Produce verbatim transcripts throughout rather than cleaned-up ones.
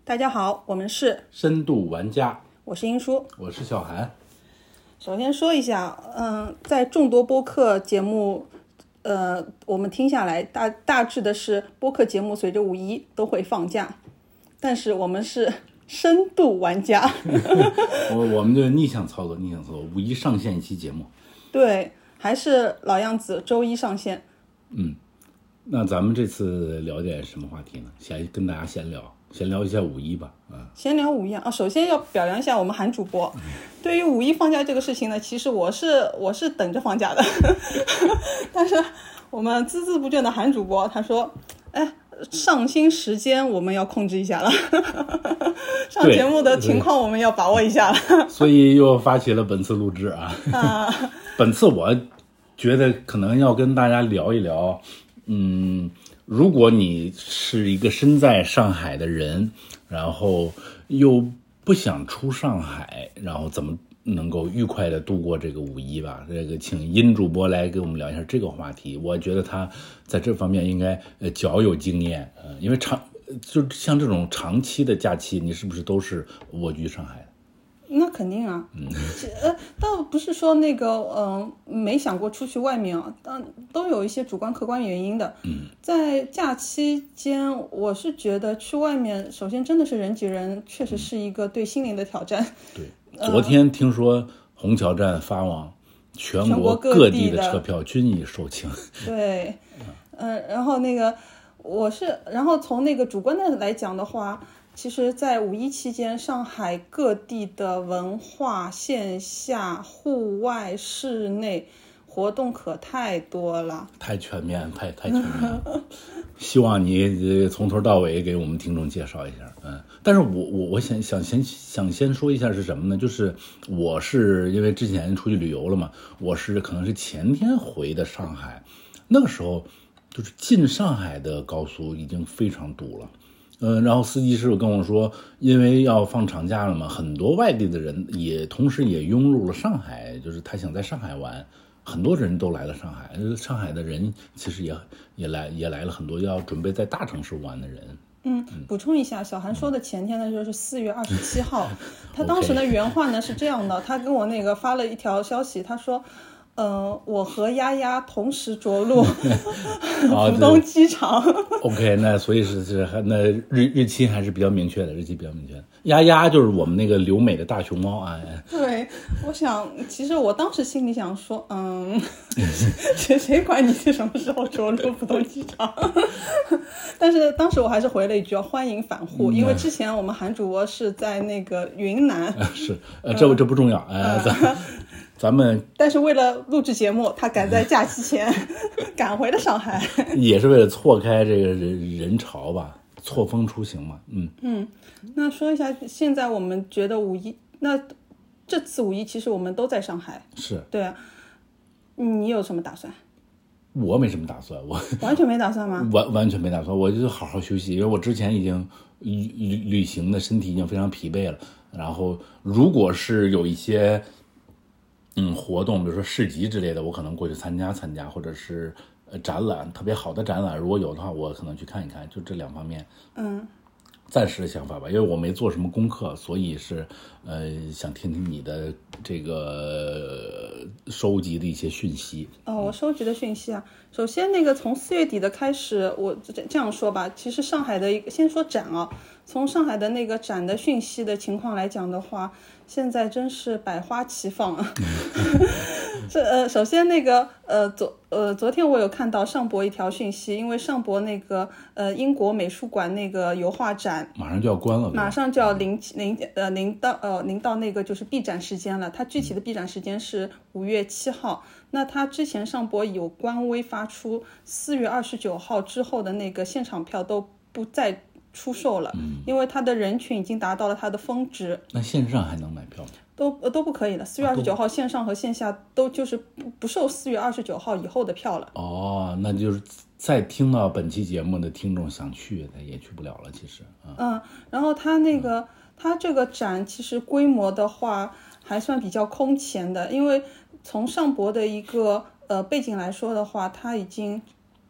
大家好，我们是深度玩家， 我是英叔， 我是小韩。 首先说一下，嗯，在众多播客节目，呃，我们听下来，大大致的是播客节目随着五一都会放假，但是我们是深度玩家， 我我们就逆向操作，逆向操作，五一上线一期节目。 对，还是老样子，周一上线。 嗯，那咱们这次聊点什么话题呢？先跟大家闲聊。先聊一下五一吧，啊， 先聊五一啊。首先要表扬一下我们韩主播，对于五一放假这个事情呢，其实我是我是等着放假的，但是我们孜孜不倦的韩主播他说，哎，上新时间我们要控制一下了，上节目的情况我们要把握一下了， 所以又发起了本次录制啊。 啊本次我觉得可能要跟大家聊一聊，嗯。如果你是一个身在上海的人，然后又不想出上海，然后怎么能够愉快的度过这个五一吧？这个请殷主播来给我们聊一下这个话题。我觉得他在这方面应该呃较有经验，呃，因为长就像这种长期的假期，你是不是都是蜗居上海的？ 那肯定啊，嗯，呃，倒不是说那个，嗯、呃，没想过出去外面啊，但都有一些主观客观原因的。嗯，在假期间，我是觉得去外面，首先真的是人挤人，确实是一个对心灵的挑战。 对，昨天听说虹桥站发往全国各地的车票均已售罄。 对，嗯、呃，然后那个我是，然后从那个主观的来讲的话。其实在五一期间，上海各地的文化线下、户外、室内活动可太多了， 太全面，太太全面了。希望你从头到尾给我们听众介绍一下。嗯，但是我我我想想先想先说一下是什么呢？就是我是因为之前出去旅游了嘛，我是可能是前天回的上海，那个时候就是进上海的高速已经非常堵了。嗯，然后司机师傅跟我说，因为要放长假了嘛，很多外地的人也同时也涌入了上海，就是他想在上海玩，很多人都来了上海。上海的人其实也也来也来了很多要准备在大城市玩的人。 嗯，补充一下，小韩说的前天呢，就是四月二十七号，他当时的原话呢是这样的，他跟我那个发了一条消息，他说。呃，我和丫丫同时着陆浦东机场。 OK， 那所以是是那日日期还是比较明确的，日期比较明确的。丫丫就是我们那个留美的大熊猫啊。 对，我想，其实我当时心里想说，嗯，谁谁管你是什么时候着陆浦东机场？但是当时我还是回了一句欢迎返沪，嗯、因为之前我们韩主播是在那个云南。 是，呃，这这不重要，哎、呃，咱。呃咱们但是为了录制节目，他赶在假期前赶回了上海， 也是为了错开这个人人潮吧，错峰出行嘛。嗯嗯，那说一下，现在我们觉得五一，那这次五一其实我们都在上海， 是对啊，你有什么打算？ 我没什么打算，我完全没打算吗？ 完完全没打算，我就好好休息，因为我之前已经旅旅旅行的身体已经非常疲惫了。然后，如果是有一些。嗯，活动比如说市集之类的，我可能过去参加参加，或者是呃展览，特别好的展览，如果有的话，我可能去看一看，就这两方面。 嗯， 暂时的想法吧，因为我没做什么功课，所以是呃想听听你的这个收集的一些讯息。 哦，我收集的讯息啊，首先那个从四月底的开始，我这样说吧，其实上海的一个先说展啊，从上海的那个展的讯息的情况来讲的话。现在真是百花齐放啊！这呃，首先那个呃昨呃昨天我有看到上博一条讯息，因为上博那个呃英国美术馆那个油画展马上就要关了， 马上就要临临呃临到呃临到那个就是闭展时间了。它具体的闭展时间是五月七号。那它之前上博有官微发出四月二十九号之后的那个现场票都不再。出售了，因为它的人群已经达到了它的峰值。 那线上还能买票吗？ 都都不可以了。四月二十九号线上和线下都就是不不售四月二十九号以后的票了。 哦，那就是再听到本期节目的听众想去，他也去不了了。其实， 嗯，嗯然后它那个、嗯、它这个展其实规模的话还算比较空前的，因为从上博的一个呃背景来说的话，它已经。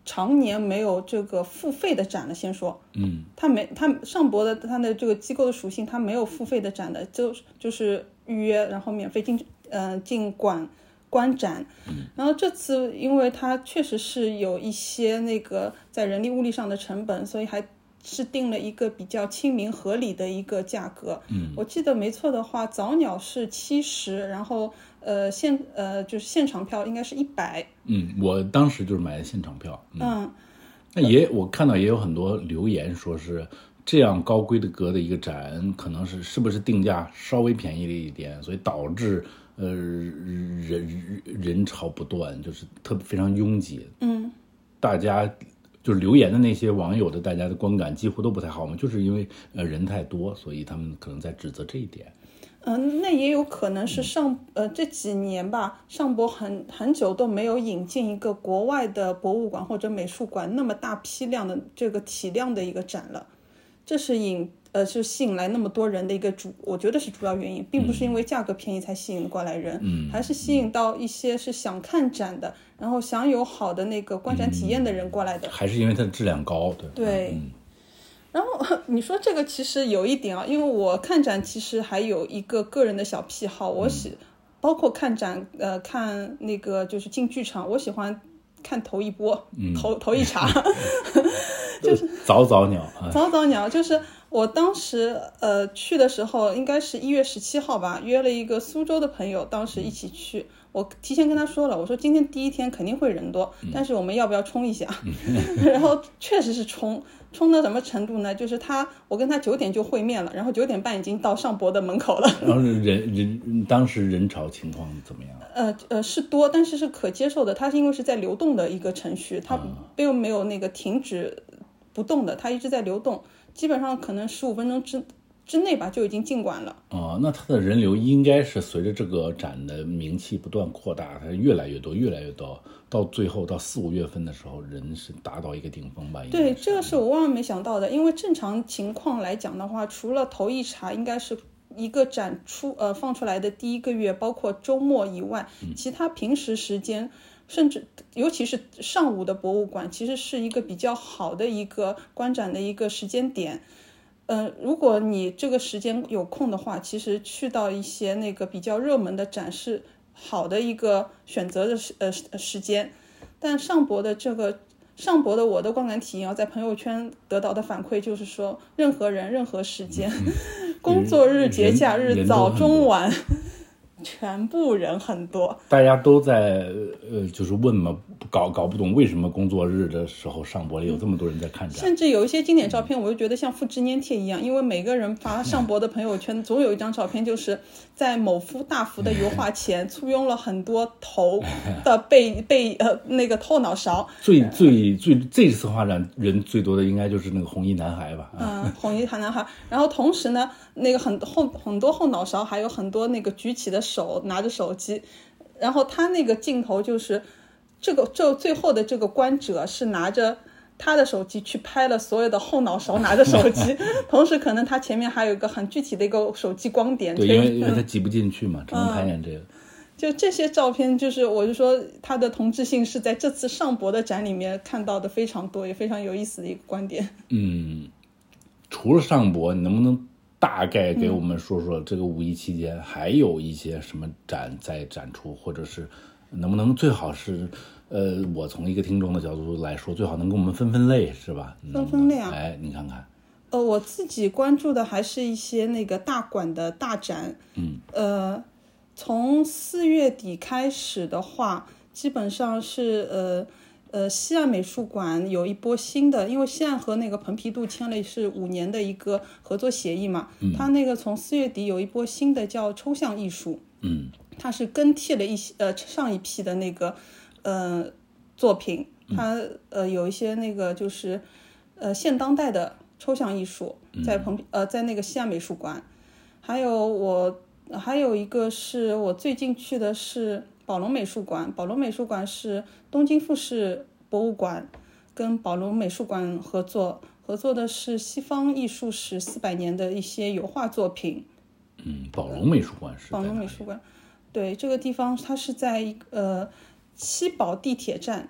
常年没有这个付费的展了。先说， 嗯， 它没，它上博的它的这个机构的属性，它没有付费的展的，就就是预约然后免费进呃进馆观展。然后这次因为它确实是有一些那个在人力物力上的成本，所以还是定了一个比较亲民合理的一个价格。嗯，我记得没错的话，早鸟是七十，然后呃现呃就是现场票应该是一百。 嗯，我当时就是买的现场票。 嗯，嗯那也我看到也有很多留言说是这样高规的格的一个展，可能是是不是定价稍微便宜了一点，所以导致呃人人潮不断，就是特别非常拥挤。 嗯， 大家。就是留言的那些网友的大家的观感几乎都不太好嘛，就是因为呃人太多，所以他们可能在指责这一点。 嗯、呃，那也有可能是上呃这几年吧，上博很很久都没有引进一个国外的博物馆或者美术馆那么大批量的这个体量的一个展了，这是引呃是吸引来那么多人的一个主，我觉得是主要原因，并不是因为价格便宜才吸引过来人，嗯，还是吸引到一些是想看展的，然后想有好的那个观展体验的人过来的， 嗯、还是因为它的质量高，对对。 嗯、 然后你说这个其实有一点啊，因为我看展其实还有一个个人的小癖好，我喜、嗯、包括看展呃看那个就是进剧场，我喜欢看头一波，嗯、头头一茬。就是早早鸟， 早早鸟就是我当时呃去的时候，应该是一月十七号吧，约了一个苏州的朋友，当时一起去。嗯、我提前跟他说了，我说今天第一天肯定会人多，嗯、但是我们要不要冲一下？嗯、然后确实是冲，冲到什么程度呢？就是他，我跟他九点就会面了，然后九点半已经到上博的门口了。 然后人人当时人潮情况怎么样？ 呃呃是多，但是是可接受的。它是因为是在流动的一个程序，它并没有那个停止。不动的，它一直在流动，基本上可能十五分钟之之内吧就已经进馆了。 哦，那它的人流应该是随着这个展的名气不断扩大，它越来越多，越来越多，到最后到四五月份的时候，人是达到一个顶峰吧？ 对，这个是我万万没想到的，因为正常情况来讲的话，除了头一茬应该是一个展出呃放出来的第一个月，包括周末以外，嗯、其他平时时间。甚至尤其是上午的博物馆，其实是一个比较好的一个观展的一个时间点。呃，如果你这个时间有空的话，其实去到一些那个比较热门的展是好的一个选择的时呃时间。但上博的这个上博的我的观感体验，在朋友圈得到的反馈就是说，任何人任何时间，工作日、节假日、早中晚。全部人很多， 大家都在呃，就是问嘛，搞搞不懂为什么工作日的时候上博里有这么多人在看展， 甚至有一些经典照片，我就觉得像复制粘贴一样，因为每个人发上博的朋友圈，总有一张照片就是在某幅大幅的油画前簇拥了很多头的被被呃那个后脑勺。 最最最这次画展人最多的应该就是那个红衣男孩吧？ 嗯，红衣男孩。然后同时呢，那个很后很多后脑勺，还有很多那个举起的手拿着手机，然后他那个镜头就是这个这最后的这个观者是拿着他的手机去拍了所有的后脑勺拿着手机，同时可能他前面还有一个很具体的一个手机光点， 对，因为因为他挤不进去嘛，只能看见这个。嗯， 就这些照片，就是我就说它的同质性是在这次上博的展里面看到的非常多，也非常有意思的一个观点。 嗯，除了上博，你能不能大概给我们说说这个五一期间还有一些什么展在展出，或者是能不能最好是呃，我从一个听众的角度来说，最好能给我们分分类，是吧？ 分分类啊， 哎，你看看。 呃，我自己关注的还是一些那个大馆的大展， 嗯， 呃。从四月底开始的话，基本上是呃呃西岸美术馆有一波新的，因为西岸和那个蓬皮杜签了是五年的一个合作协议嘛，嗯，它那个从四月底有一波新的叫抽象艺术， 嗯， 它是更替了一些呃上一批的那个呃作品，它呃有一些那个就是呃现当代的抽象艺术在蓬皮呃在那个西岸美术馆，还有我。还有一个是我最近去的是宝龙美术馆，宝龙美术馆是东京富士博物馆跟宝龙美术馆合作，合作的是西方艺术史四百年的一些油画作品。 嗯，宝龙美术馆是宝龙美术馆，对，这个地方它是在呃七宝地铁站，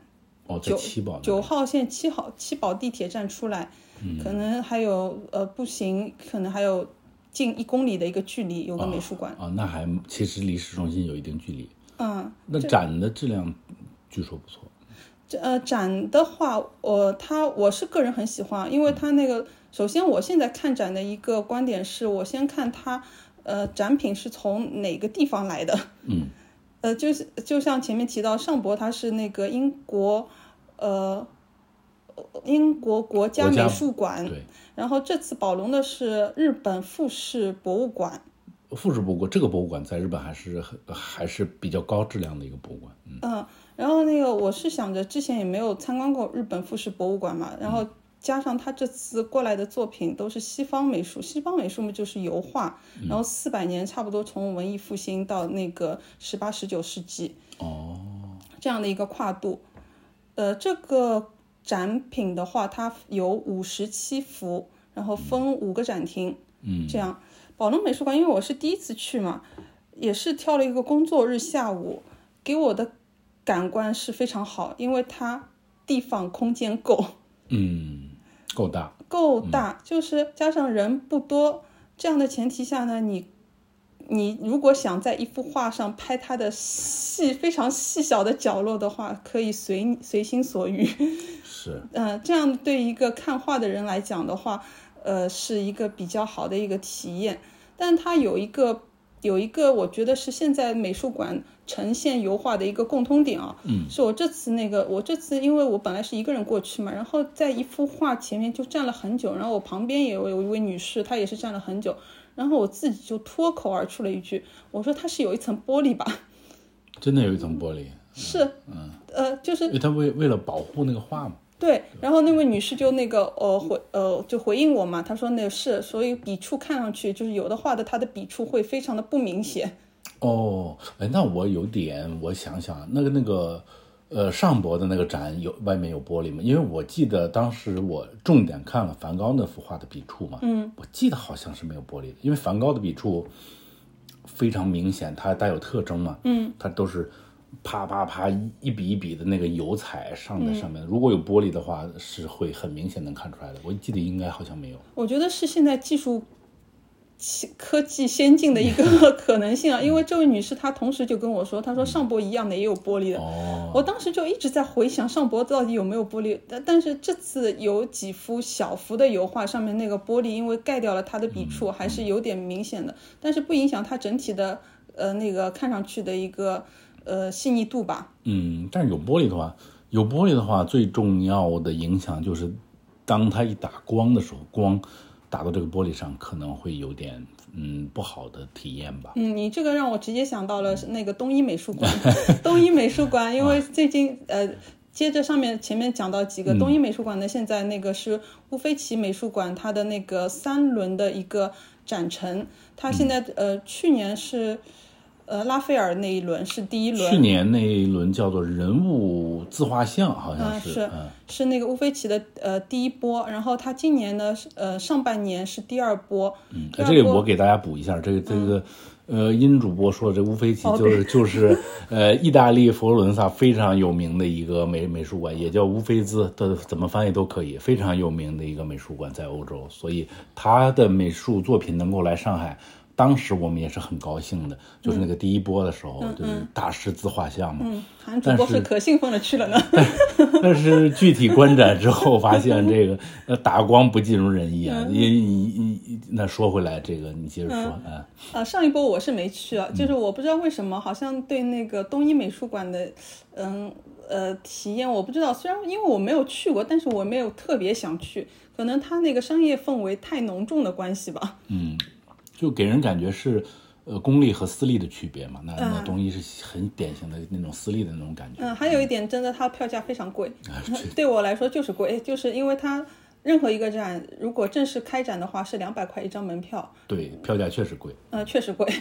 哦，在七宝九号线七号七宝地铁站出来，嗯、可能还有呃步行，可能还有近一公里的一个距离有个美术馆。 啊、哦哦，那还其实离市中心有一定距离。 嗯， 那展的质量据说不错。 这呃展的话，我他我是个人很喜欢，因为他那个、嗯、首先我现在看展的一个观点是我先看他呃展品是从哪个地方来的。 嗯。 呃，就是就像前面提到上博，它是那个英国，呃，英国国家美术馆， 对。 然后这次宝龙的是日本富士博物馆。 富士博物馆这个博物馆在日本还是还是比较高质量的一个博物馆。嗯。 嗯，然后那个我是想着之前也没有参观过日本富士博物馆嘛，然后加上他这次过来的作品都是西方美术，西方美术嘛就是油画，然后四百年差不多从文艺复兴到那个十八、十九世纪， 哦， 这样的一个跨度。呃，这个展品的话，它有五十七幅，然后分五个展厅， 嗯， 这样。宝龙美术馆，因为我是第一次去嘛，也是挑了一个工作日下午，给我的感官是非常好，因为它地方空间够。 嗯，够大， 够大，就是加上人不多，这样的前提下呢，你你如果想在一幅画上拍它的细非常细小的角落的话，可以随随心所欲。 是， 呃，这样对一个看画的人来讲的话，呃，是一个比较好的一个体验。但它有一个有一个，我觉得是现在美术馆呈现油画的一个共通点啊， 嗯， 是我这次那个，我这次因为我本来是一个人过去嘛，然后在一幅画前面就站了很久，然后我旁边也有一位女士，她也是站了很久，然后我自己就脱口而出了一句，我说它是有一层玻璃吧？ 真的有一层玻璃？ 是，嗯，呃，就是因为它为为了保护那个画嘛。 对，然后那位女士就那个呃回呃就回应我嘛，她说那是，所以笔触看上去就是有的画的它的笔触会非常的不明显。 哦，哎，那我有点，我想想，那个那个，呃，上博的那个展有外面有玻璃吗？因为我记得当时我重点看了梵高那幅画的笔触嘛， 嗯， 我记得好像是没有玻璃的，因为梵高的笔触非常明显，它带有特征嘛， 嗯， 它都是啪啪啪一笔一笔的那个油彩上在上面，嗯、如果有玻璃的话，是会很明显能看出来的。我记得应该好像没有。 我觉得是现在技术。科技先进的一个可能性啊，因为这位女士她同时就跟我说，她说上博一样的也有玻璃的。 哦， 我当时就一直在回想上博到底有没有玻璃，但但是这次有几幅小幅的油画上面那个玻璃，因为盖掉了它的笔触，还是有点明显的，但是不影响它整体的呃那个看上去的一个呃细腻度吧。 嗯，但是有玻璃的话，有玻璃的话，最重要的影响就是当它一打光的时候，光打到这个玻璃上可能会有点嗯不好的体验吧。 嗯，你这个让我直接想到了那个东一美术馆。东一美术馆，因为最近呃，接着上面前面讲到几个、嗯、东一美术馆呢，现在那个是乌菲齐美术馆，它的那个三轮的一个展陈，它现在、嗯、呃去年是。呃，拉斐尔那一轮是第一轮， 去年那一轮叫做人物自画像，好像是， 嗯、是、嗯、是那个乌菲齐的呃第一波，然后他今年呢，呃上半年是第二波。 嗯，这个我给大家补一下，这个这个、嗯、呃，殷主播说这乌菲齐就是、哦、就是呃意大利佛罗伦萨非常有名的一个美美术馆，也叫乌菲兹的，怎么翻译都可以，非常有名的一个美术馆在欧洲，所以他的美术作品能够来上海。当时我们也是很高兴的，就是那个第一波的时候，嗯、就是大师自画像嘛。 嗯，韩主播是可兴奋的去了呢。 但, 但是具体观展之后发现，这个呃打光不尽如人意啊。你你你那说回来，这个你接着说啊、 嗯。呃，上一波我是没去啊，就是我不知道为什么，好像对那个东一美术馆的，嗯呃体验我不知道。虽然因为我没有去过，但是我没有特别想去，可能它那个商业氛围太浓重的关系吧。 嗯。就给人感觉是，呃，公立和私立的区别嘛。那那东一是很典型的那种私立的那种感觉。 嗯，还有一点，真的，它票价非常贵。啊、对我来说就是贵，就是因为它任何一个展，如果正式开展的话，是两百块一张门票。 对，票价确实贵。 呃，确实贵。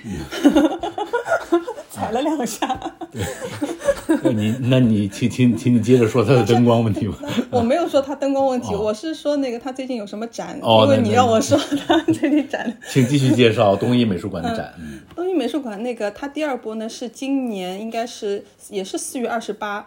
踩了两下。 对。那你那你请请请你接着说它的灯光问题吧。 我没有说它灯光问题、哦，我是说那个它最近有什么展， 哦、 因为你让我说它最近展。 请继续介绍东一美术馆的展。 嗯、东一美术馆那个它第二波呢是今年应该是也是四月二十八，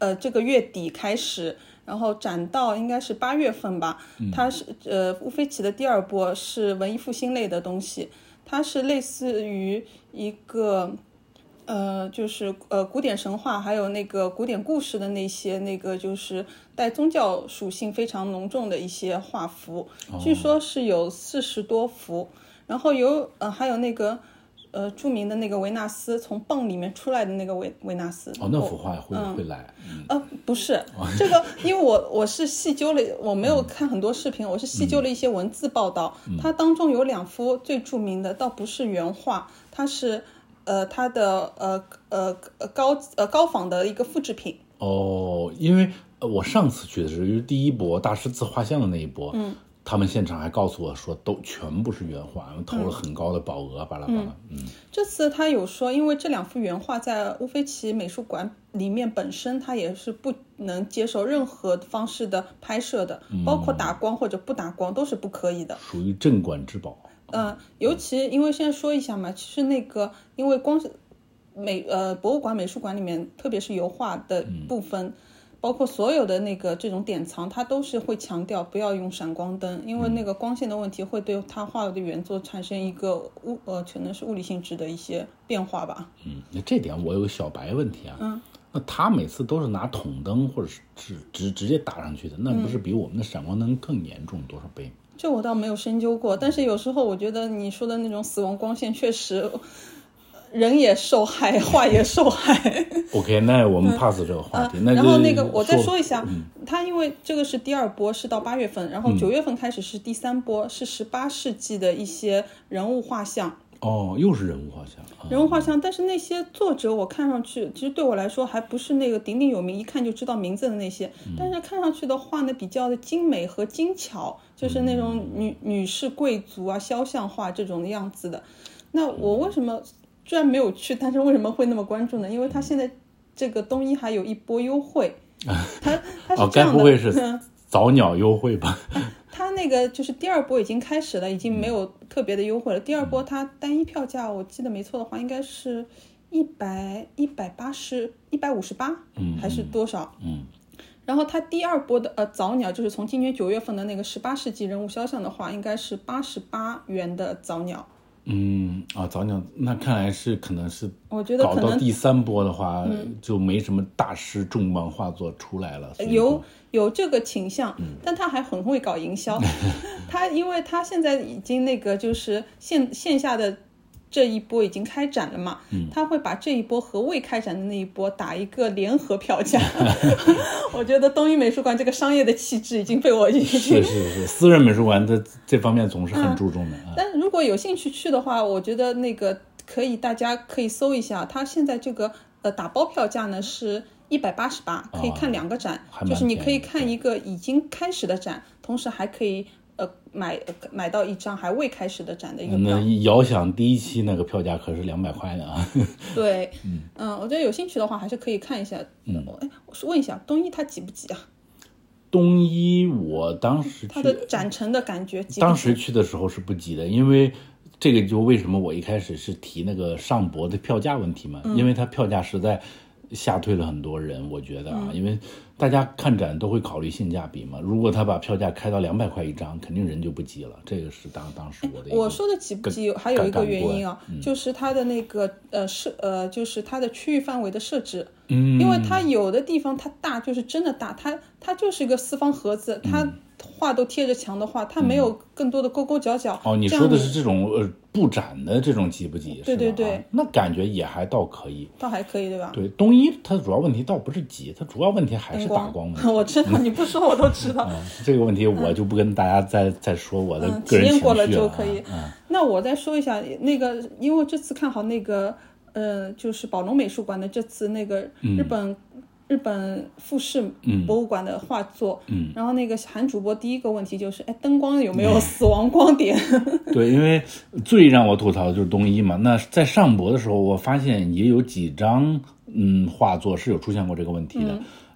呃这个月底开始，然后展到应该是八月份吧。它是呃乌菲齐的第二波是文艺复兴类的东西，它是类似于一个呃就是呃古典神话还有那个古典故事的那些那个就是带宗教属性非常浓重的一些画幅，据说是有四十多幅，然后有呃还有那个。呃，著名的那个维纳斯从蚌里面出来的那个维维纳斯， 哦，那幅画会、嗯、会来， 嗯、呃，不是这个，因为我我是细究了，我没有看很多视频，嗯、我是细究了一些文字报道，嗯、它当中有两幅最著名的，倒不是原画，它是呃它的呃呃高呃高仿的一个复制品。 哦，因为我上次去的时候，就是第一波大师自画像的那一波，嗯。他们现场还告诉我说，都全部是原画，投了很高的保额，巴拉巴拉。嗯， 这次他有说，因为这两幅原画在乌菲齐美术馆里面本身，它也是不能接受任何方式的拍摄的，嗯、包括打光或者不打光都是不可以的， 属于镇馆之宝。 嗯、呃，尤其因为现在说一下嘛，其实那个因为光是美呃博物馆、美术馆里面，特别是油画的部分。嗯，包括所有的那个这种典藏，它都是会强调不要用闪光灯，因为那个光线的问题会对它画的原作产生一个物呃可能是物理性质的一些变化吧。 嗯，那这点我有个小白问题啊。嗯，那他每次都是拿筒灯或者是直直直接打上去的，那不是比我们的闪光灯更严重多少倍吗？嗯， 这我倒没有深究过，但是有时候我觉得你说的那种死亡光线确实。人也受害，画也受害。 OK， 那我们 pass 这个话题。嗯、那然后那个我再说一下，嗯、它因为这个是第二波，是到八月份，然后九月份开始是第三波，嗯、是十八世纪的一些人物画像。 哦，又是人物画像。 嗯、人物画像，但是那些作者我看上去，其实对我来说还不是那个鼎鼎有名，一看就知道名字的那些，嗯、但是看上去的画呢比较的精美和精巧，就是那种女、嗯、女士贵族啊肖像画这种样子的。那我为什么？虽然没有去，但是为什么会那么关注呢？因为他现在这个东一还有一波优惠，他他是这样的， 哦，该不会是早鸟优惠吧？ 他那个就是第二波已经开始了，已经没有特别的优惠了。第二波它单一票价，我记得没错的话，应该是一百一百八十一百五十八，还是多少？嗯。然后它第二波的呃早鸟，就是从今年九月份的那个十八世纪人物肖像的话，应该是八十八元的早鸟。 嗯啊，早鸟那看来是可能是， 我觉得搞到第三波的话，嗯、就没什么大师重磅画作出来了。 有有这个倾向，嗯、但他还很会搞营销。他因为他现在已经那个就是线线下的这一波已经开展了嘛，嗯、他会把这一波和未开展的那一波打一个联合票价。我觉得东一美术馆这个商业的气质已经被我已经是是是，私人美术馆的这方面总是很注重的。 嗯、但如果有兴趣去的话，我觉得那个可以，大家可以搜一下，它现在这个呃打包票价呢是一百八十八，可以看两个展，哦、就是你可以看一个已经开始的展，同时还可以。呃，买买到一张还未开始的展的一个票。 那遥想第一期那个票价可是两百块的啊。 对，嗯嗯，我觉得有兴趣的话还是可以看一下。嗯，哎，我是问一下，东一它挤不挤啊？ 东一我当时去它的展陈的感觉挤不挤？ 当时去的时候是不挤的，因为这个就为什么我一开始是提那个上博的票价问题嘛，嗯、因为它票价实在吓退了很多人，我觉得啊，嗯、因为大家看展都会考虑性价比嘛。如果他把票价开到两百块一张，肯定人就不挤了。这个是当当时我的一个。 我说的挤不挤还有一个原因啊，嗯、就是它的那个呃设呃，就是它的区域范围的设置。嗯，因为它有的地方它大就是真的大，它它就是一个四方盒子，它画都贴着墙的话，它没有更多的勾勾角角。 嗯、哦，你说的是这种呃布展的这种挤不挤？ 对对对、 啊，那感觉也还倒可以， 倒还可以对吧？ 对，东一它的主要问题倒不是挤，它主要问题还是打光问题。 我知道，你不说我都知道。 嗯、这个问题我就不跟大家再、嗯、再说我的个人情绪了、啊。体验过了就可以。嗯、那我再说一下那个，因为这次看好那个。呃，就是宝龙美术馆的这次那个日本、嗯、日本富士博物馆的画作，嗯，然后那个韩主播第一个问题就是，哎，灯光有没有死亡光点？ 对，因为最让我吐槽的就是东一嘛。那在上博的时候，我发现也有几张嗯画作是有出现过这个问题的。嗯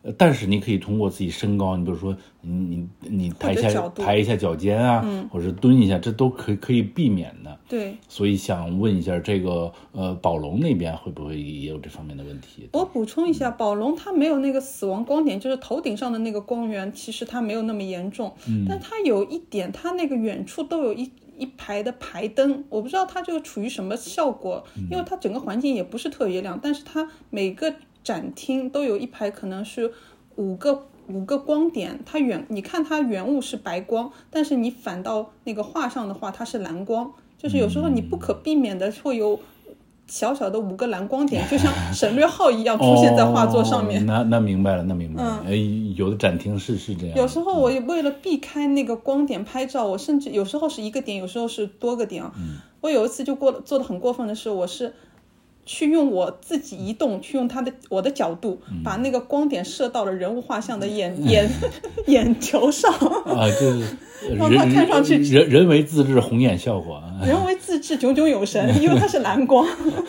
但是你可以通过自己身高，你比如说你你你抬一下抬一下脚尖啊，嗯、或者蹲一下，这都可以可以避免的。 对， 所以想问一下，这个呃宝龙那边会不会也有这方面的问题？ 我补充一下，宝龙它没有那个死亡光点，就是头顶上的那个光源，其实它没有那么严重，嗯、但它有一点，它那个远处都有一。一排的排灯，我不知道它这个处于什么效果，因为它整个环境也不是特别亮，但是它每个展厅都有一排可能是五个五个光点，它原你看它原物是白光，但是你反到那个画上的话，它是蓝光，就是有时候你不可避免的会有小小的五个蓝光点，就像省略号一样出现在画作上面。 哦、那那明白了，那明白了。嗯、有的展厅是是这样。 有时候我也为了避开那个光点拍照，我甚至有时候是一个点，有时候是多个点啊。嗯、我有一次就过做的很过分的是，我是去用我自己移动，去用它的我的角度，嗯、把那个光点射到了人物画像的眼、嗯、眼眼球上啊，就是让它看上去人人为自制红眼效果， 人为自制炯炯有神，因为它是蓝光。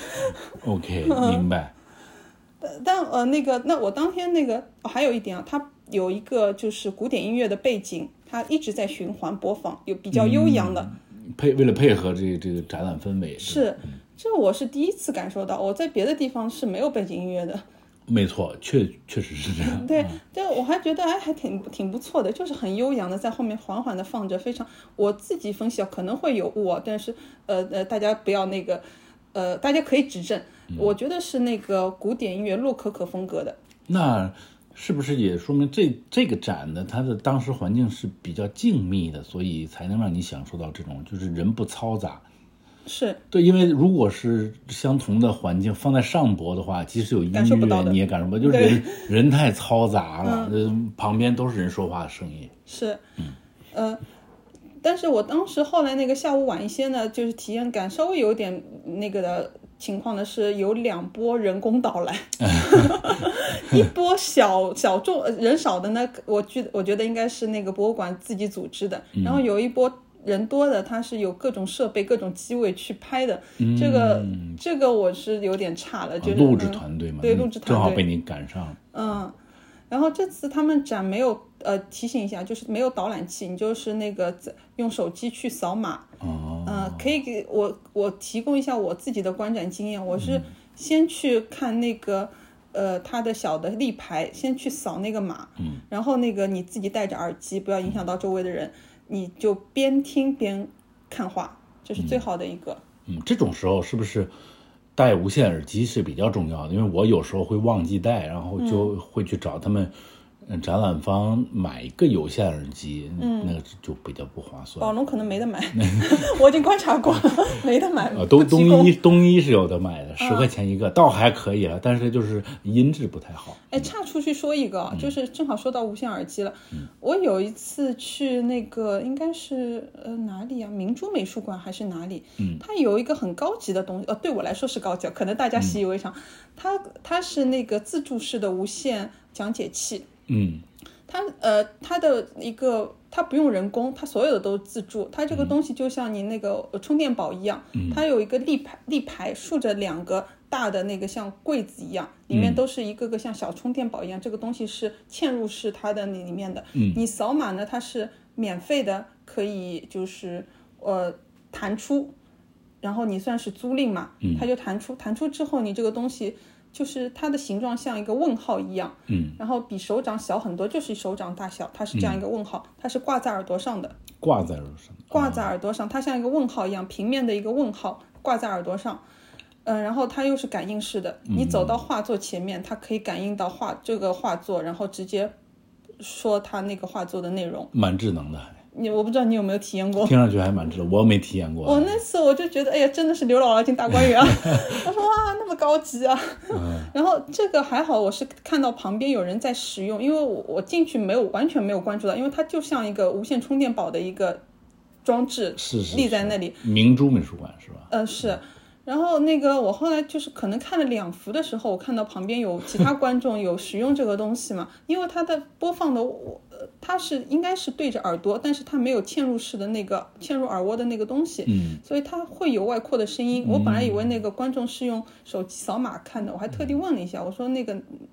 OK， 明白。 但但呃，那个，那我当天那个、哦、还有一点啊，它有一个就是古典音乐的背景，它一直在循环播放，有比较悠扬的， 嗯、配为了配合这个这个展览氛围。 是，这我是第一次感受到，我在别的地方是没有背景音乐的。 没错，确确实是这样。 对，对，我还觉得哎，还挺挺不错的，就是很悠扬的在后面缓缓的放着，非常我自己分析可能会有误啊，但是呃呃，大家不要那个呃，大家可以指正。嗯、我觉得是那个古典音乐洛可可风格的。 那是不是也说明这这个展的它的当时环境是比较静谧的，所以才能让你享受到这种就是人不嘈杂？ 是对，因为如果是相同的环境放在上博的话，即使有音乐你也感受不到，就是人人太嘈杂了，嗯、旁边都是人说话的声音。 是，嗯，呃，但是我当时后来那个下午晚一些呢，就是体验感稍微有点那个的情况呢，是有两波人工导览，一波小小众人少的呢，我觉我觉得应该是那个博物馆自己组织的，嗯、然后有一波人多的，它是有各种设备、各种机位去拍的。嗯、这个这个我是有点差了，就是录制团队嘛， 对，录制团队正好被你赶上了。 嗯，然后这次他们展没有呃提醒一下，就是没有导览器，你就是那个用手机去扫码。哦，呃，可以给我我提供一下我自己的观展经验，我是先去看那个。呃，它的小的立牌，先去扫那个码，嗯，然后那个你自己戴着耳机，不要影响到周围的人，你就边听边看画，这是最好的一个。 嗯，嗯这种时候是不是戴无线耳机是比较重要的？因为我有时候会忘记戴，然后就会去找他们展览方买一个有线耳机，嗯，那个就比较不划算。 宝龙可能没得买，我已经观察过了，没得买。 啊，东东一东一是有的买的，十块钱一个，嗯、倒还可以了，但是就是音质不太好。 哎，岔出去说一个，嗯、就是正好说到无线耳机了。嗯、我有一次去那个应该是呃哪里啊，明珠美术馆还是哪里？嗯，它有一个很高级的东西，呃，对我来说是高级，可能大家习以为常。嗯、它它是那个自助式的无线讲解器。嗯，它呃，它的一个它不用人工，它所有的都是自助。它这个东西就像你那个充电宝一样，嗯、它有一个立牌，立牌竖着两个大的那个像柜子一样，里面都是一个个像小充电宝一样。嗯、这个东西是嵌入式它的里面的，嗯、你扫码呢，它是免费的，可以就是呃弹出，然后你算是租赁嘛，嗯、它就弹出，弹出之后你这个东西。就是它的形状像一个问号一样，嗯，然后比手掌小很多，就是手掌大小，它是这样一个问号，嗯、它是挂在耳朵上的， 挂在耳朵上， 挂在耳朵上，它像一个问号一样，平面的一个问号挂在耳朵上，嗯、呃，然后它又是感应式的，你走到画作前面，它可以感应到画这个画作，然后直接说它那个画作的内容， 蛮智能的。 你我不知道你有没有体验过， 听上去还蛮智能，我没体验过。 我那次我就觉得，哎呀，真的是刘姥姥进大观园啊！我说哇，那么高级啊！嗯、然后这个还好，我是看到旁边有人在使用，因为我我进去没有完全没有关注到，因为它就像一个无线充电宝的一个装置， 是是立在那里。 明珠美术馆是吧？ 呃，是。然后那个我后来就是可能看了两幅的时候，我看到旁边有其他观众有使用这个东西嘛，因为它的播放的我它是应该是对着耳朵，但是它没有嵌入式的那个嵌入耳蜗的那个东西，嗯，所以它会有外扩的声音。我本来以为那个观众是用手机扫码看的，我还特地问了一下，我说那个嗯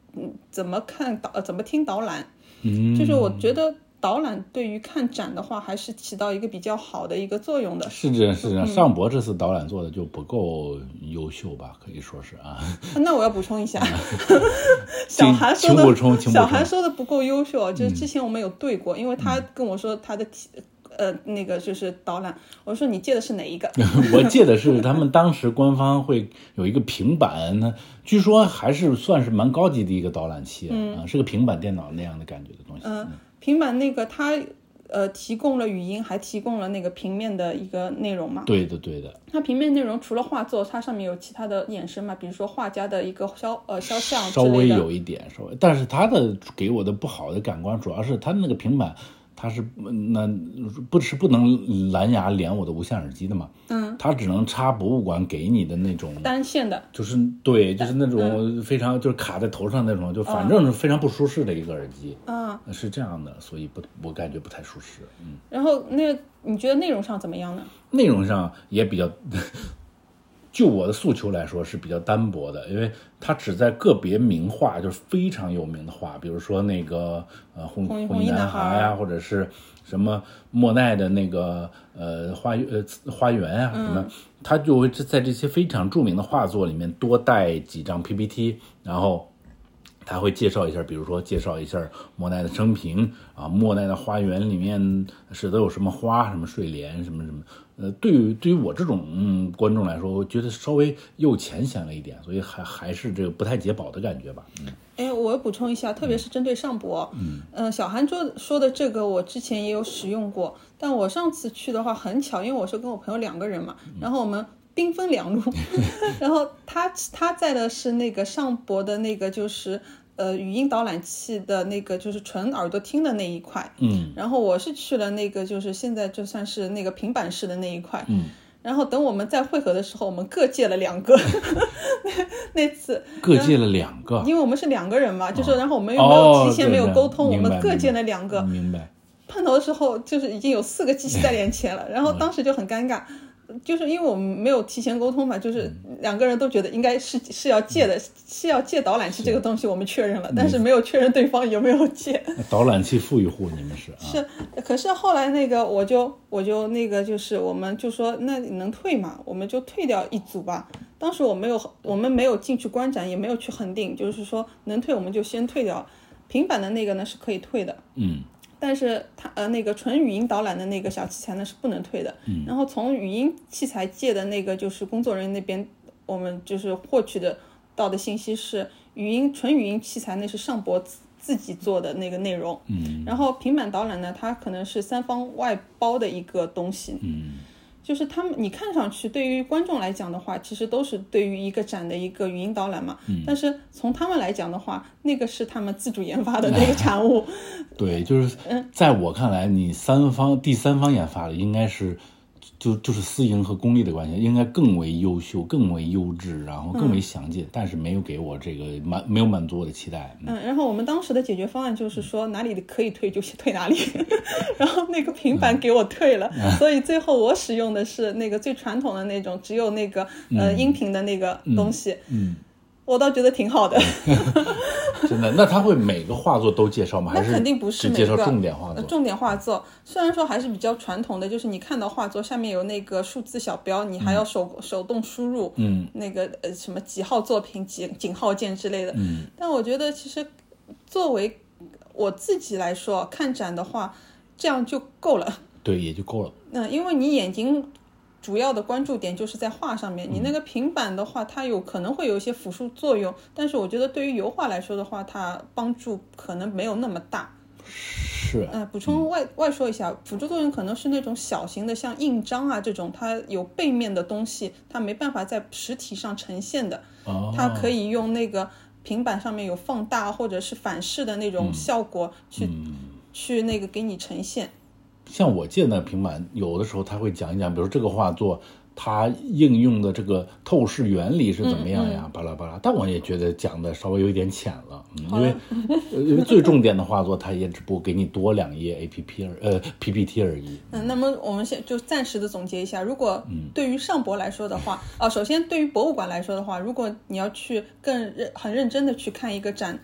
怎么看导、呃、怎么听导览。 嗯， 就是我觉得导览对于看展的话，还是起到一个比较好的一个作用的。 是这是这，上博这次导览做的就不够优秀吧，可以说是啊。 那我要补充一下，小韩说的，小韩说的不够优秀，就是之前我们有对过，嗯、因为他跟我说他的题。呃，那个就是导览，我说你借的是哪一个？ 我借的是他们当时官方会有一个平板，那据说还是算是蛮高级的一个导览器，嗯、啊，是个平板电脑那样的感觉的东西。 嗯、呃，平板那个它呃提供了语音，还提供了那个平面的一个内容嘛？ 对的，对的。 它平面内容除了画作，它上面有其他的衍生嘛？比如说画家的一个肖呃肖像之类的。 稍微有一点，稍微，但是它的给我的不好的感官，主要是它那个平板。它是那不是不能蓝牙连我的无线耳机的嘛？嗯，它只能插博物馆给你的那种单线的， 就是对，就是那种非常、嗯、就是卡在头上那种，就反正是非常不舒适的一个耳机。嗯，是这样的，所以不我感觉不太舒适。嗯， 然后那你觉得内容上怎么样呢？ 内容上也比较。就我的诉求来说是比较单薄的，因为它只在个别名画，就是非常有名的画，比如说那个呃红红衣男孩呀、啊，或者是什么莫奈的那个呃花呃花园啊什么，他就会在这些非常著名的画作里面多带几张 P P T， 然后他会介绍一下，比如说介绍一下莫奈的生平啊，莫奈的花园里面是都有什么花，什么睡莲，什么什么。呃，对于对于我这种、嗯、观众来说，我觉得稍微又浅显了一点，所以还还是这个不太解饱的感觉吧。嗯， 哎，我补充一下，特别是针对上博，嗯，呃，小韩说说的这个，我之前也有使用过，但我上次去的话很巧，因为我是跟我朋友两个人嘛，然后我们兵分两路，然后他他在的是那个上博的那个就是。呃，语音导览器的那个就是纯耳朵听的那一块，嗯，然后我是去了那个就是现在就算是那个平板式的那一块，嗯，然后等我们在汇合的时候，我们各借了两个，那, 那次各借了两个， 因为我们是两个人嘛，哦、就是然后我们又没有提前没有沟通， 哦、 我们各借了两个， 明白。 碰头的时候就是已经有四个机器在脸前了，然后当时就很尴尬。就是因为我们没有提前沟通嘛，就是两个人都觉得应该是是要借的，嗯、是要借导览器这个东西，我们确认了，但是没有确认对方有没有借。 导览器付一户，你们是？啊、 是，可是后来那个我就我就那个就是我们就说那你能退嘛，我们就退掉一组吧。当时我没有我们没有进去观展，也没有去恒定，就是说能退我们就先退掉。平板的那个呢是可以退的，嗯。但是它呃那个纯语音导览的那个小器材呢是不能退的，嗯，然后从语音器材借的那个就是工作人员那边，我们就是获取的到的信息是语音纯语音器材那是上博自己做的那个内容，嗯，然后平板导览呢它可能是三方外包的一个东西，嗯。就是他们，你看上去对于观众来讲的话，其实都是对于一个展的一个语音导览嘛。嗯、但是从他们来讲的话，那个是他们自主研发的那个产物。 对，就是在我看来，你三方第三方研发的应该是就就是私营和公立的关系，应该更为优秀、更为优质，然后更为详尽，嗯、但是没有给我这个满没有满足我的期待。 嗯，然后我们当时的解决方案就是说哪里可以退就退哪里，然后那个平板给我退了，嗯、所以最后我使用的是那个最传统的那种只有那个呃音频的那个东西。嗯。嗯我倒觉得挺好的， 真的。那他会每个画作都介绍吗？还是那肯定不是只介绍重点画作？ 重点画作虽然说还是比较传统的，就是你看到画作下面有那个数字小标，你还要手、嗯、手动输入，嗯，那个呃什么几号作品、几井号键之类的。嗯，但我觉得其实作为我自己来说，看展的话，这样就够了。 对，也就够了。 那、呃、因为你眼睛。主要的关注点就是在画上面，你那个平板的话它有可能会有一些辅助作用，但是我觉得对于油画来说的话它帮助可能没有那么大。 是呃，补充外、嗯、外说一下，辅助作用可能是那种小型的像印章啊这种它有背面的东西它没办法在实体上呈现的、哦、它可以用那个平板上面有放大或者是反射的那种效果去、嗯、去那个给你呈现。 像我借的平板有的时候他会讲一讲，比如这个画作它应用的这个透视原理是怎么样呀、嗯嗯、巴拉巴拉，但我也觉得讲的稍微有一点浅了、嗯、因为因为最重点的画作它也只不过给你多两页 A P P 呃 P P T 而已。 嗯，那么我们先就暂时的总结一下，如果对于上博来说的话、嗯、啊，首先对于博物馆来说的话，如果你要去更认很认真的去看一个展，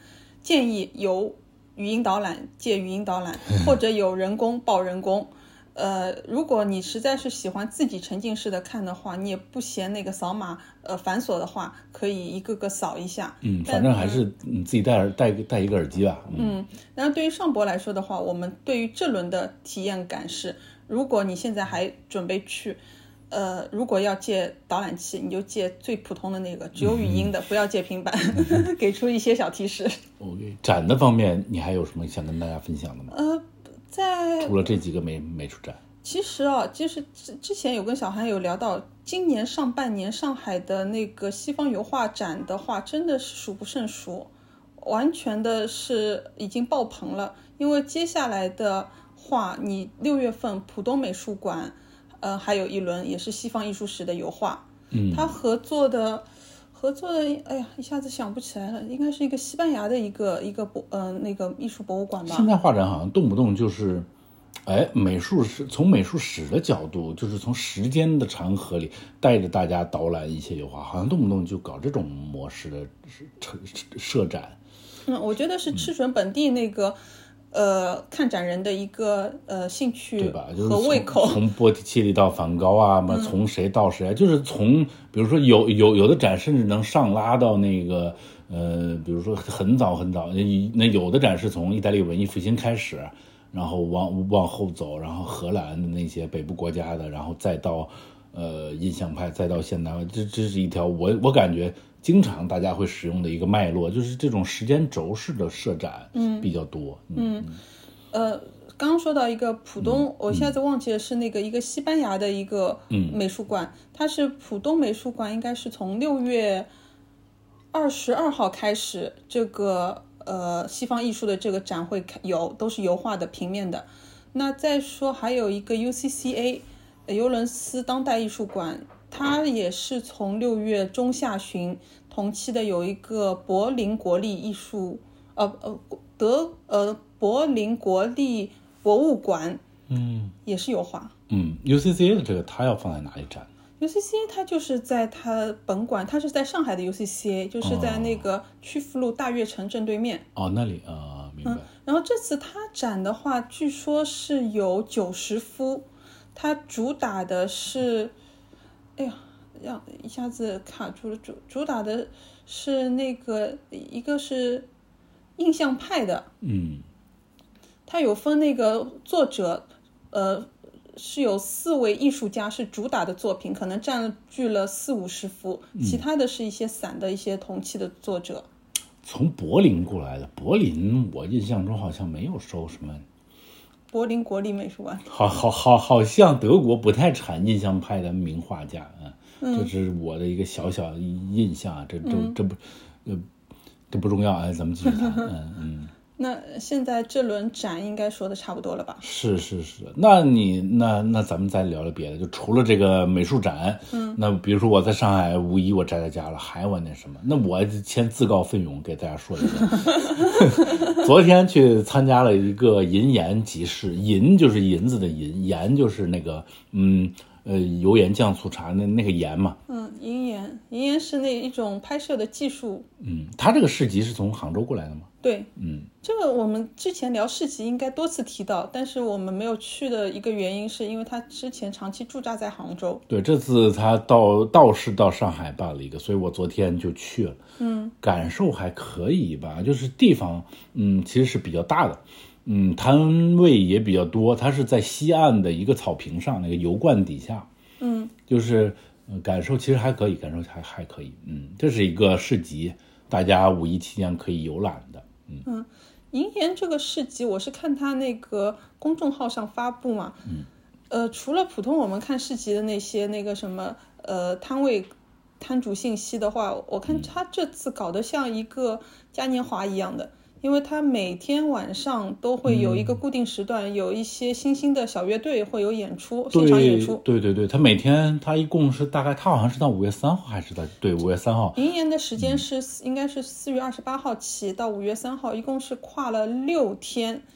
建议有语音导览借语音导览，或者有人工报人工。呃，如果你实在是喜欢自己沉浸式的看的话，你也不嫌那个扫码呃繁琐的话，可以一个个扫一下。 嗯，反正还是你自己带带带一个耳机吧。 嗯，然后对于上博来说的话，我们对于这轮的体验感是，如果你现在还准备去，呃，如果要借导览器，你就借最普通的那个，只有语音的，嗯、不要借平板，给出一些小提示。 OK， 展的方面，你还有什么想跟大家分享的吗？ 呃。在除了这几个美美术展， 其实啊，就是之前有跟小韩有聊到，今年上半年上海的那个西方油画展的话，真的是数不胜数，完全的是已经爆棚了。因为接下来的话，你六月份浦东美术馆，呃，还有一轮也是西方艺术史的油画， 嗯， 他合作的。合作的，哎呀，一下子想不起来了，应该是一个西班牙的一个一个博呃那个艺术博物馆吧。 现在画展好像动不动就是，哎，美术史从美术史的角度，就是从时间的长河里带着大家导览一些油画，好像动不动就搞这种模式的设展。 嗯，我觉得是吃准本地那个。嗯呃，看展人的一个呃兴趣和胃口， 对吧？就是、从, 从波提切利到梵高啊，嘛、嗯，从谁到谁啊，就是从比如说有有有的展甚至能上拉到那个呃，比如说很早很早，那有的展是从意大利文艺复兴开始，然后往往后走，然后荷兰的那些北部国家的，然后再到呃印象派，再到现代派，这这是一条我我感觉。经常大家会使用的一个脉络，就是这种时间轴式的设展，嗯，比较多。 嗯，嗯呃，刚刚说到一个浦东，嗯、我一下子忘记了是那个一个西班牙的一个美术馆，嗯、它是浦东美术馆，应该是从六月二十二号开始，这个呃西方艺术的这个展会有都是油画的平面的。那再说还有一个 U C C A 尤伦斯当代艺术馆。它也是从六月中下旬，同期的有一个柏林国立艺术，呃呃德呃柏林国立博物馆， 嗯， 也是油画。 嗯 ，U C C A 的这个它要放在哪里展 ？U C C A 它就是在它本馆，它是在上海的 U C C A， 就是在那个曲阜路大悦城正对面。 哦，那里啊，明白、嗯。 然后这次它展的话，据说是有九十幅，它主打的是。哎呀，让一下子卡住了。主主打的是那个一个是印象派的， 嗯， 它有分那个作者，呃，是有四位艺术家是主打的作品，可能占据了四五十幅， 嗯、 其他的是一些散的一些同期的作者。 从柏林过来的，柏林我印象中好像没有收什么。 柏林国立美术馆， 好好好，好像德国不太产印象派的名画家啊，嗯、这是我的一个小小印象啊，这这这不，呃，这不重要啊，咱们继续谈，嗯嗯。 那现在这轮展应该说的差不多了吧？ 是是是，那你那那咱们再聊聊别的，就除了这个美术展， 嗯， 那比如说我在上海五一我宅在家了，还我那什么，那我先自告奋勇给大家说一下，昨天去参加了一个银盐集市，银就是银子的银，盐就是那个嗯呃油盐酱醋茶那那个盐嘛， 嗯，银盐银盐是那一种拍摄的技术， 嗯，它这个市集是从杭州过来的吗？ 对， 嗯， 这个我们之前聊市集应该多次提到，但是我们没有去的一个原因是因为他之前长期驻扎在杭州。 对，这次他到倒是到上海办了一个，所以我昨天就去了， 嗯， 感受还可以吧，就是地方，嗯，其实是比较大的，嗯，摊位也比较多，它是在西岸的一个草坪上，那个油罐底下， 嗯， 就是、呃、感受其实还可以，感受还还可以，嗯，这是一个市集，大家五一期间可以游览的。 嗯，银盐这个市集我是看他那个公众号上发布嘛， 嗯， 呃，除了普通我们看市集的那些那个什么呃摊位摊主信息的话，我看他这次搞得像一个嘉年华一样的，因为他每天晚上都会有一个固定时段，嗯、有一些新兴的小乐队会有演出，现场演出。 对对对，他每天他一共是大概他好像是到五月三号还是到对五月三号。 银盐的时间是、嗯、应该是四月二十八号起到五月三号，一共是跨了六天，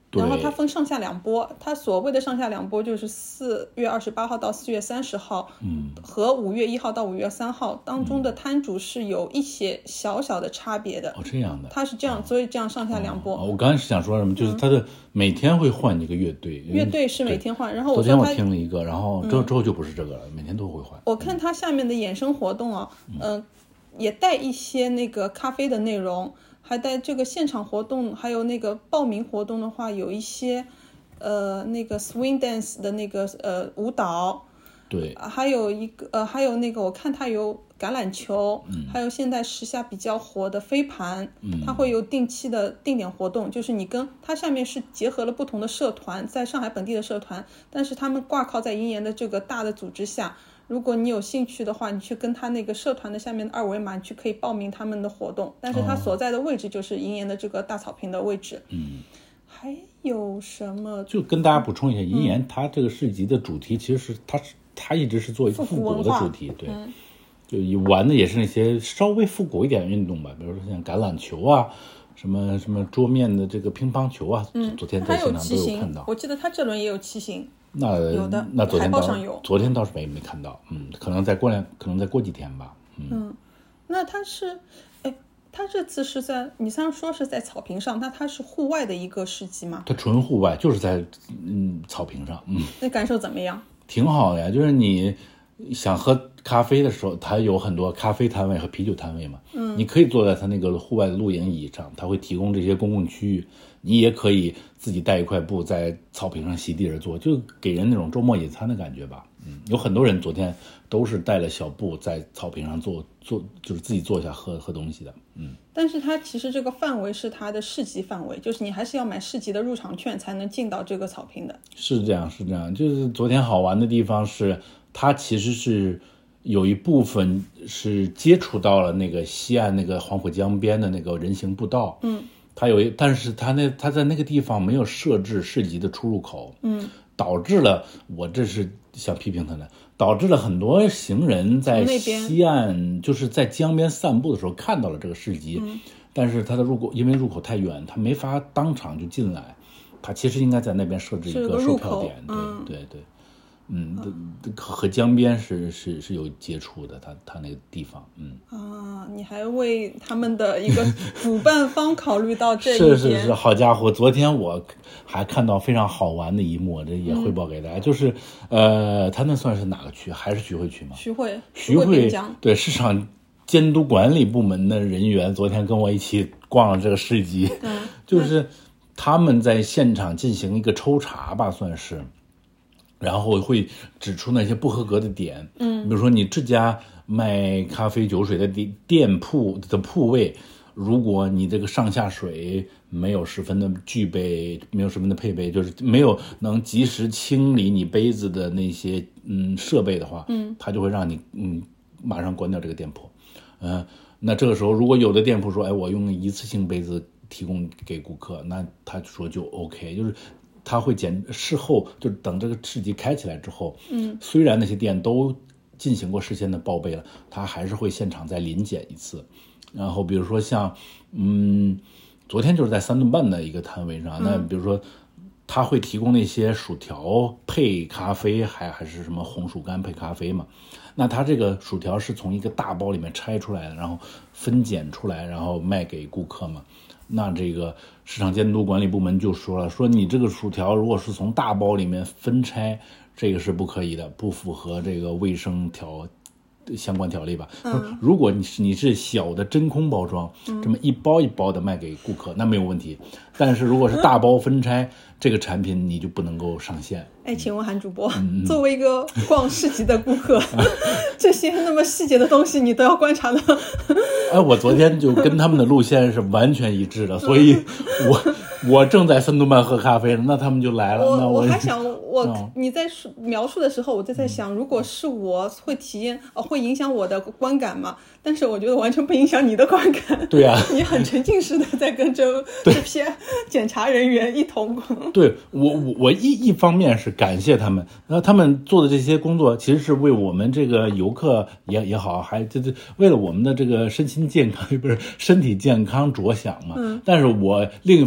然后它分上下两波，它所谓的上下两波就是四月二十八号到四月三十号，嗯，和五月一号到五月三号当中的摊主是有一些小小的差别的。 哦，这样的， 它是这样，所以这样上下两波。 哦、我刚才是想说什么，就是它的每天会换一个乐队， 乐队是每天换。然后我昨天我听了一个，然后之后之后就不是这个了，每天都会换。 我看它下面的衍生活动啊，嗯、呃，也带一些那个咖啡的内容。还带这个现场活动，还有那个报名活动的话，有一些，呃，那个 swing dance 的那个呃舞蹈， 对， 还有一个呃，还有那个我看它有橄榄球，嗯、还有现在时下比较火的飞盘，嗯、它会有定期的定点活动，就是你跟它下面是结合了不同的社团，在上海本地的社团，但是他们挂靠在银岩的这个大的组织下。如果你有兴趣的话，你去跟他那个社团的下面的二维码，你去可以报名他们的活动，但是他所在的位置就是银岩的这个大草坪的位置。嗯，还有什么？ 就跟大家补充一下，银岩它这个市集的主题其实是它是它一直是做一个复古的主题，对，嗯、就玩的也是那些稍微复古一点的运动吧，比如说像橄榄球啊。什么什么桌面的这个乒乓球啊，嗯、昨天在现场都有看到。 我记得他这轮也有骑行。 那有的， 那昨天海报上有， 昨天倒是没没看到，嗯，可能再过两，可能再过几天吧，嗯。 嗯，那他是，哎，他这次是在，你虽然说是在草坪上，那他是户外的一个市集吗？ 它纯户外，就是在嗯草坪上，嗯。 那感受怎么样？ 挺好的呀，就是你想喝咖啡的时候，它有很多咖啡摊位和啤酒摊位嘛，嗯，你可以坐在它那个户外的露营椅上，它会提供这些公共区域。你也可以自己带一块布在草坪上席地而坐，就给人那种周末野餐的感觉吧。嗯，有很多人昨天都是带了小布在草坪上坐坐，就是自己坐下喝喝东西的。嗯， 但是它其实这个范围是它的市集范围，就是你还是要买市集的入场券才能进到这个草坪的。 是这样，是这样。就是昨天好玩的地方是，它其实是有一部分是接触到了那个西岸那个黄浦江边的那个人行步道。嗯。它有，但是它那它在那个地方没有设置市集的出入口，嗯，导致了我这是想批评他的，导致了很多行人在西岸就是在江边散步的时候看到了这个市集，嗯、但是它的入口因为入口太远，它没法当场就进来，它其实应该在那边设置一个售票点，对、嗯、对对。嗯，和江边是是是有接触的，他他那个地方，嗯啊，你还为他们的一个主办方考虑到这一点， 是是是，好家伙，昨天我还看到非常好玩的一幕，这也汇报给大家，嗯、就是呃，他那算是哪个区？还是徐汇区吗？ 徐汇， 徐汇对市场监督管理部门的人员昨天跟我一起逛了这个市集，嗯，就是他们在现场进行一个抽查吧，算是。然后会指出那些不合格的点，嗯，比如说你这家卖咖啡酒水的店店铺的铺位，如果你这个上下水没有十分的具备，没有十分的配备，就是没有能及时清理你杯子的那些嗯设备的话，嗯，他就会让你嗯马上关掉这个店铺，嗯、呃，那这个时候如果有的店铺说，哎，我用一次性杯子提供给顾客，那他说就 OK， 就是。他会检事后就等这个市集开起来之后，嗯，虽然那些店都进行过事先的报备了，他还是会现场再临检一次。然后比如说像，嗯，昨天就是在三顿半的一个摊位上，那比如说他会提供那些薯条配咖啡，还还是什么红薯干配咖啡嘛？那他这个薯条是从一个大包里面拆出来的，然后分拣出来，然后卖给顾客嘛。那这个市场监督管理部门就说了，说你这个薯条如果是从大包里面分拆，这个是不可以的，不符合这个卫生条相关条例吧。嗯、如果你是你是小的真空包装，嗯、这么一包一包的卖给顾客，那没有问题。但是如果是大包分拆，嗯、这个产品你就不能够上线。 哎，请问韩主播，嗯、作为一个逛市集的顾客，这些那么细节的东西你都要观察的。 哎，我昨天就跟他们的路线是完全一致的，所以我我正在三顿半喝咖啡，那他们就来了。 我那我我还想我、嗯、你在描述的时候，我就在想，如果是我会体验，呃，会影响我的观感嘛？但是我觉得完全不影响你的观感。 对啊， 你很沉浸式的在跟这这批检查人员一同。 对我我我一一方面是感谢他们，然后他们做的这些工作其实是为我们这个游客也也好，还这这为了我们的这个身心健康不是身体健康着想嘛。嗯。但是我另一方面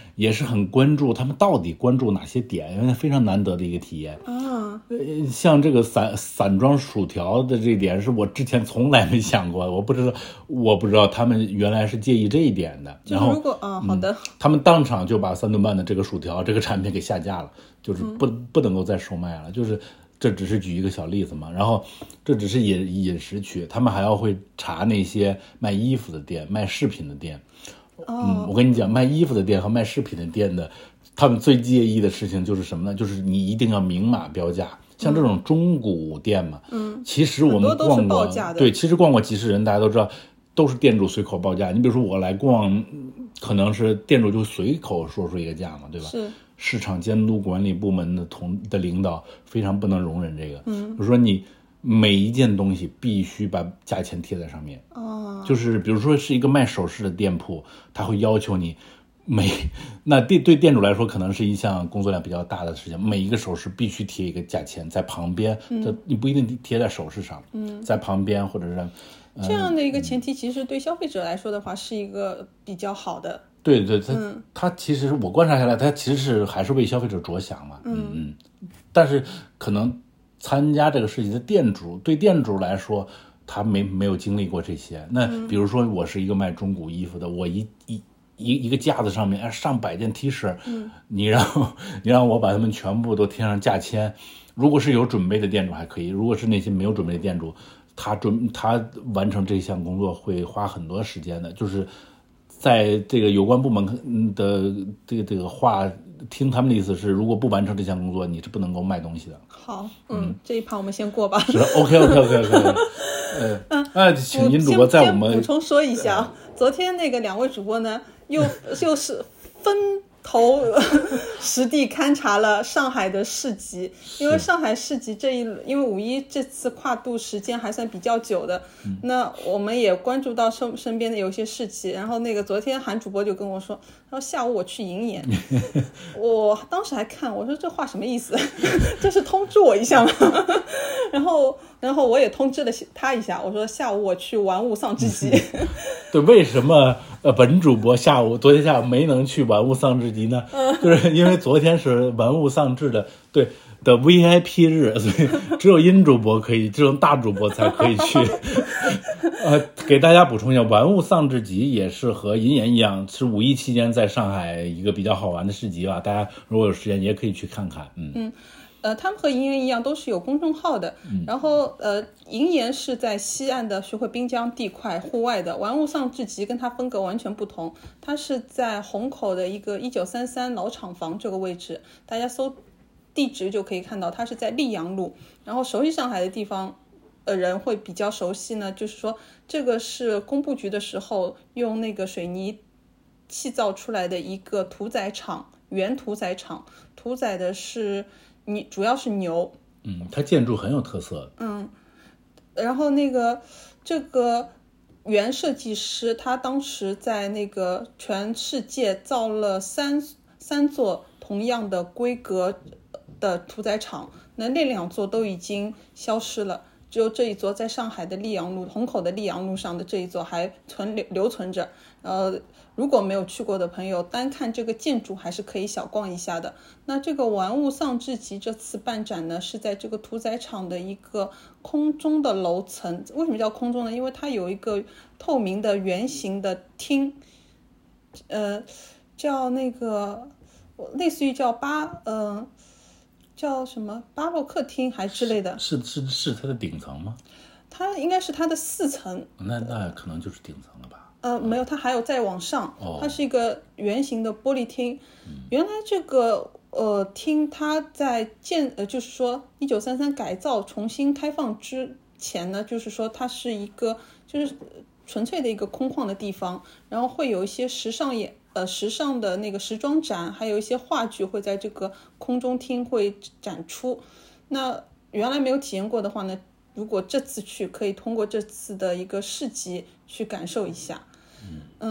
也是很关注他们到底关注哪些点，因为非常难得的一个体验啊。 呃，像这个散散装薯条的这一点是我之前从来没想过，我不知道我不知道他们原来是介意这一点的。然后如果啊、嗯，好的， 他们当场就把三顿半的这个薯条这个产品给下架了，就是不、嗯、不能够再售卖了，就是这只是举一个小例子嘛。然后这只是饮饮食区，他们还要会查那些卖衣服的店、卖饰品的店。 哦、 嗯，我跟你讲，卖衣服的店和卖饰品的店的，他们最介意的事情就是什么呢？就是你一定要明码标价。像这种中古店嘛， 嗯， 其实我们逛过，对，其实逛过集市人，大家都知道，都是店主随口报价。你比如说我来逛，可能是店主就随口说出一个价嘛，对吧？ 是。 市场监督管理部门的同的领导非常不能容忍这个， 嗯， 比如说你每一件东西必须把价钱贴在上面。 哦， 就是比如说是一个卖首饰的店铺，他会要求你每那对对店主来说可能是一项工作量比较大的事情，每一个首饰必须贴一个价钱在旁边， 嗯， 你不一定贴在首饰上， 嗯， 在旁边或者是、 呃、这样的一个前提，其实对消费者来说的话是一个比较好的。 对对，他、 嗯、 他其实我观察下来，他其实是还是为消费者着想嘛，嗯嗯，但是可能参加这个事情的店主，对店主来说，他没没有经历过这些。那比如说我是一个卖中古衣服的，我一一一一个架子上面哎上百件 T 恤， 嗯， 你让你让我把它们全部都贴上价签，如果是有准备的店主还可以，如果是那些没有准备的店主，他准他完成这项工作会花很多时间的，就是在这个有关部门的这个这个话，听他们的意思是，如果不完成这项工作，你是不能够卖东西的。 好，嗯，嗯这一盘我们先过吧。 是 OK OK OK OK。呃，啊，请您主播在我们补充说一下，昨天那个两位主播呢，又又是分头实地勘察了上海的市集，因为上海市集这一，因为五一这次跨度时间还算比较久的， 嗯、 那我们也关注到身身边的有些市集，然后那个昨天韩主播就跟我说，他说下午我去营演，我当时还看，我说这话什么意思？这是通知我一下吗？然后然后我也通知了他一下，我说下午我去玩物丧志集。 对，为什么呃本主播下午昨天下午没能去玩物丧志集呢？ 嗯、 就是因为昨天是玩物丧志的对的 V I P 日，所以只有殷主播可以，这种大主播才可以去。呃，给大家补充一下，玩物丧志集也是和银演一样，是五一期间在上海一个比较好玩的市集吧。大家如果有时间也可以去看看。嗯嗯。呃，他们和银岩一样都是有公众号的， 嗯、 然后呃，银岩是在西岸的徐汇滨江地块户外的，玩物丧志集跟它风格完全不同，它是在虹口的一个一九三三老厂房这个位置，大家搜地址就可以看到，它是在溧阳路。然后熟悉上海的地方呃人会比较熟悉呢，就是说这个是工部局的时候用那个水泥砌造出来的一个屠宰场，原屠宰场，屠宰的是。你主要是牛， 嗯，它建筑很有特色， 嗯，然后那个这个原设计师他当时在那个全世界造了三三座同样的规格的屠宰场，那那两座都已经消失了，只有这一座在上海的溧阳路虹口的溧阳路上的这一座还存留留存着，呃。如果没有去过的朋友，单看这个建筑还是可以小逛一下的。那这个玩物丧志集这次办展呢，是在这个屠宰场的一个空中的楼层。为什么叫空中呢？因为它有一个透明的圆形的厅，呃，叫那个类似于叫巴呃叫什么巴洛克厅还之类的。 是是是它的顶层吗？ 它应该是它的四层。 那那可能就是顶层了吧。 呃，没有，它还有再往上， 哦、 它是一个圆形的玻璃厅。嗯、原来这个呃厅，它在建呃，就是说一九三三改造重新开放之前呢，就是说它是一个就是纯粹的一个空旷的地方，然后会有一些时尚也呃时尚的那个时装展，还有一些话剧会在这个空中厅会展出。那原来没有体验过的话呢，如果这次去，可以通过这次的一个市集去感受一下。嗯，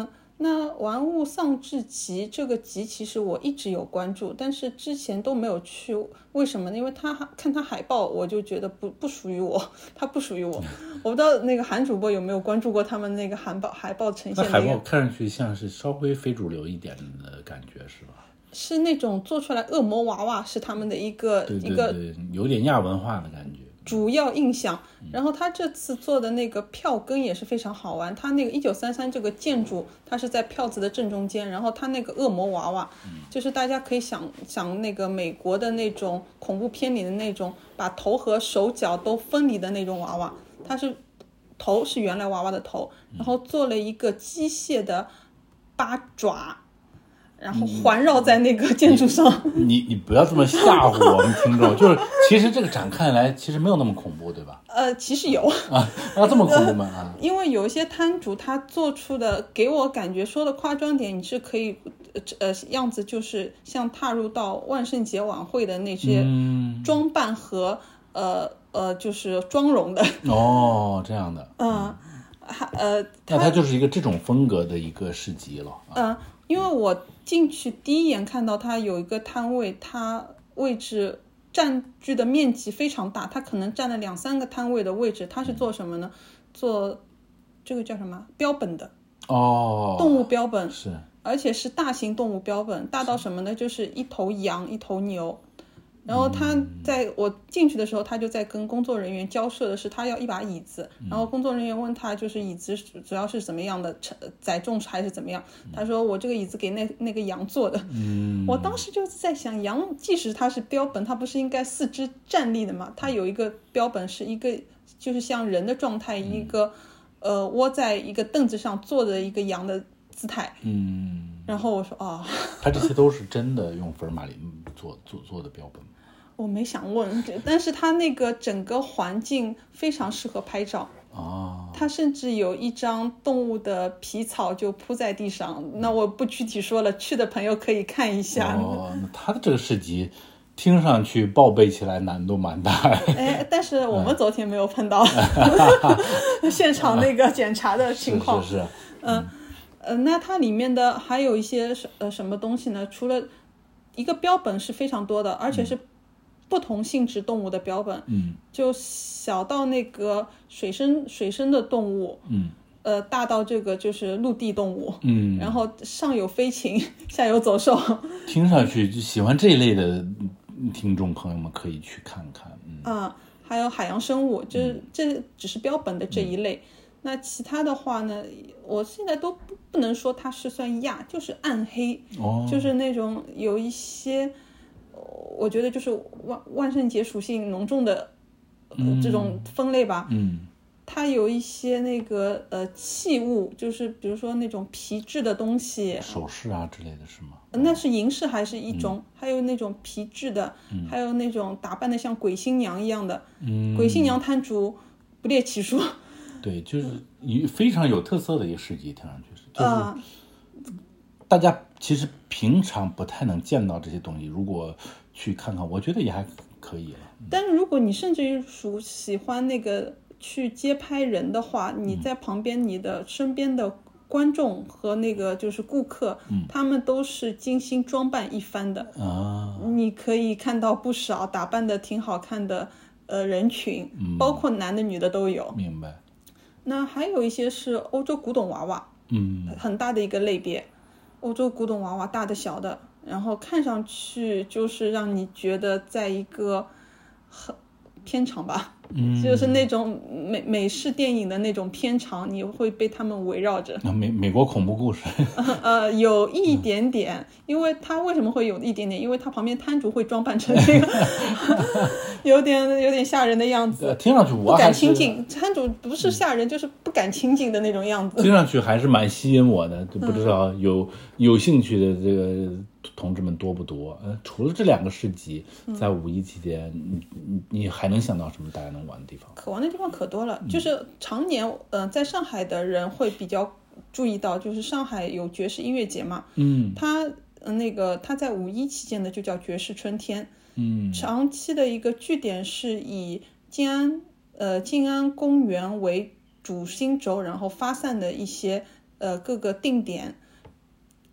那玩物丧志集这个集其实我一直有关注，但是之前都没有去，为什么呢？因为他看他海报我就觉得不不属于我，他不属于我。我不知道那个韩主播有没有关注过他们那个海报海报呈现的。 海报看上去像是稍微非主流一点的感觉，是吧？ 是那种做出来恶魔娃娃是他们的一个对对对， 一个有点亚文化的感觉。 主要印象，然后他这次做的那个票根也是非常好玩。他那个一九三三这个建筑，它是在票子的正中间，然后他那个恶魔娃娃，就是大家可以想想那个美国的那种恐怖片里的那种把头和手脚都分离的那种娃娃，它是头是原来娃娃的头，然后做了一个机械的八爪。然后环绕在那个建筑上， 你你, 你不要这么吓唬我们听众，就是其实这个展看来其实没有那么恐怖，对吧？ 呃，其实有啊，啊这么恐怖吗？啊， 因为有一些摊主他做出的，给我感觉说的夸张点，你是可以，呃，样子就是像踏入到万圣节晚会的那些装扮和、嗯、呃呃就是妆容的。 哦，这样的， 嗯，呃， 那它就是一个这种风格的一个市集了。 嗯、呃，因为我进去第一眼看到它有一个摊位，它位置占据的面积非常大，它可能占了两三个摊位的位置。它是做什么呢？做这个叫什么标本的哦， 动物标本， 是， 而且是大型动物标本，大到什么呢？就是一头羊一头牛。然后他在我进去的时候，他就在跟工作人员交涉的是，他要一把椅子，然后工作人员问他，就是椅子主要是怎么样的载重还是怎么样？他说我这个椅子给那那个羊做的。 嗯， 我当时就在想，羊即使它是标本，它不是应该四肢站立的吗？它有一个标本是一个就是像人的状态，一个呃窝在一个凳子上坐着一个羊的姿态。 嗯， 然后我说啊， 他这些都是真的用福尔马林做做做的标本。 我没想问，但是它那个整个环境非常适合拍照。 哦， 它甚至有一张动物的皮草就铺在地上，那我不具体说了，去的朋友可以看一下。 哦，那它的这个市集听上去报备起来难度蛮大。 哎，但是我们昨天没有碰到、嗯、现场那个检查的情况。 是是是， 嗯呃，那它里面的还有一些呃什么东西呢？除了一个标本是非常多的，而且是不同性质动物的标本， 嗯， 就小到那个水生水生的动物， 嗯， 呃，大到这个就是陆地动物， 嗯， 然后上有飞禽，下有走兽。 听上去就喜欢这一类的听众朋友们可以去看看，嗯， 啊，还有海洋生物，就是、嗯、这只是标本的这一类。嗯，那其他的话呢，我现在都不不能说它是算亚，就是暗黑， 哦， 就是那种有一些。我觉得就是万万圣节属性浓重的、呃嗯、 这种分类吧。 嗯， 它有一些那个呃器物，就是比如说那种皮质的东西， 首饰啊之类的是吗？ 那是银饰还是一种、嗯、还有那种皮质的、嗯、还有那种打扮的像鬼新娘一样的、嗯、鬼新娘摊主不列其数。 对，就是一非常有特色的一个市集，听上去是就是、呃、大家其实平常不太能见到这些东西，如果去看看我觉得也还可以了。 但是如果你甚至于属喜欢那个去街拍人的话，你在旁边你的身边的观众和那个就是顾客、嗯、他们都是精心装扮一番的、啊、你可以看到不少打扮的挺好看的呃人群、嗯、包括男的女的都有。 明白。 那还有一些是欧洲古董娃娃， 嗯， 很大的一个类别，欧洲古董娃娃大的小的，然后看上去就是让你觉得在一个很片场吧，嗯，就是那种美美式电影的那种片场，你会被他们围绕着。 美美国恐怖故事呃，有一点点、嗯、因为他为什么会有一点点，因为他旁边摊主会装扮成那个有点有点吓人的样子， 听上去我不敢亲近，摊主不是吓人、嗯、就是不敢亲近的那种样子， 听上去还是蛮吸引我的，就不知道有、嗯、有兴趣的这个同志们多不多。呃，除了这两个市集，在五一期间、嗯、你你还能想到什么大家能玩的地方？ 可玩的地方可多了、嗯、就是常年呃在上海的人会比较注意到，就是上海有爵士音乐节嘛，嗯，它、呃、那个它在五一期间的就叫爵士春天，嗯，长期的一个据点是以静安呃静安公园为主心轴，然后发散的一些呃各个定点，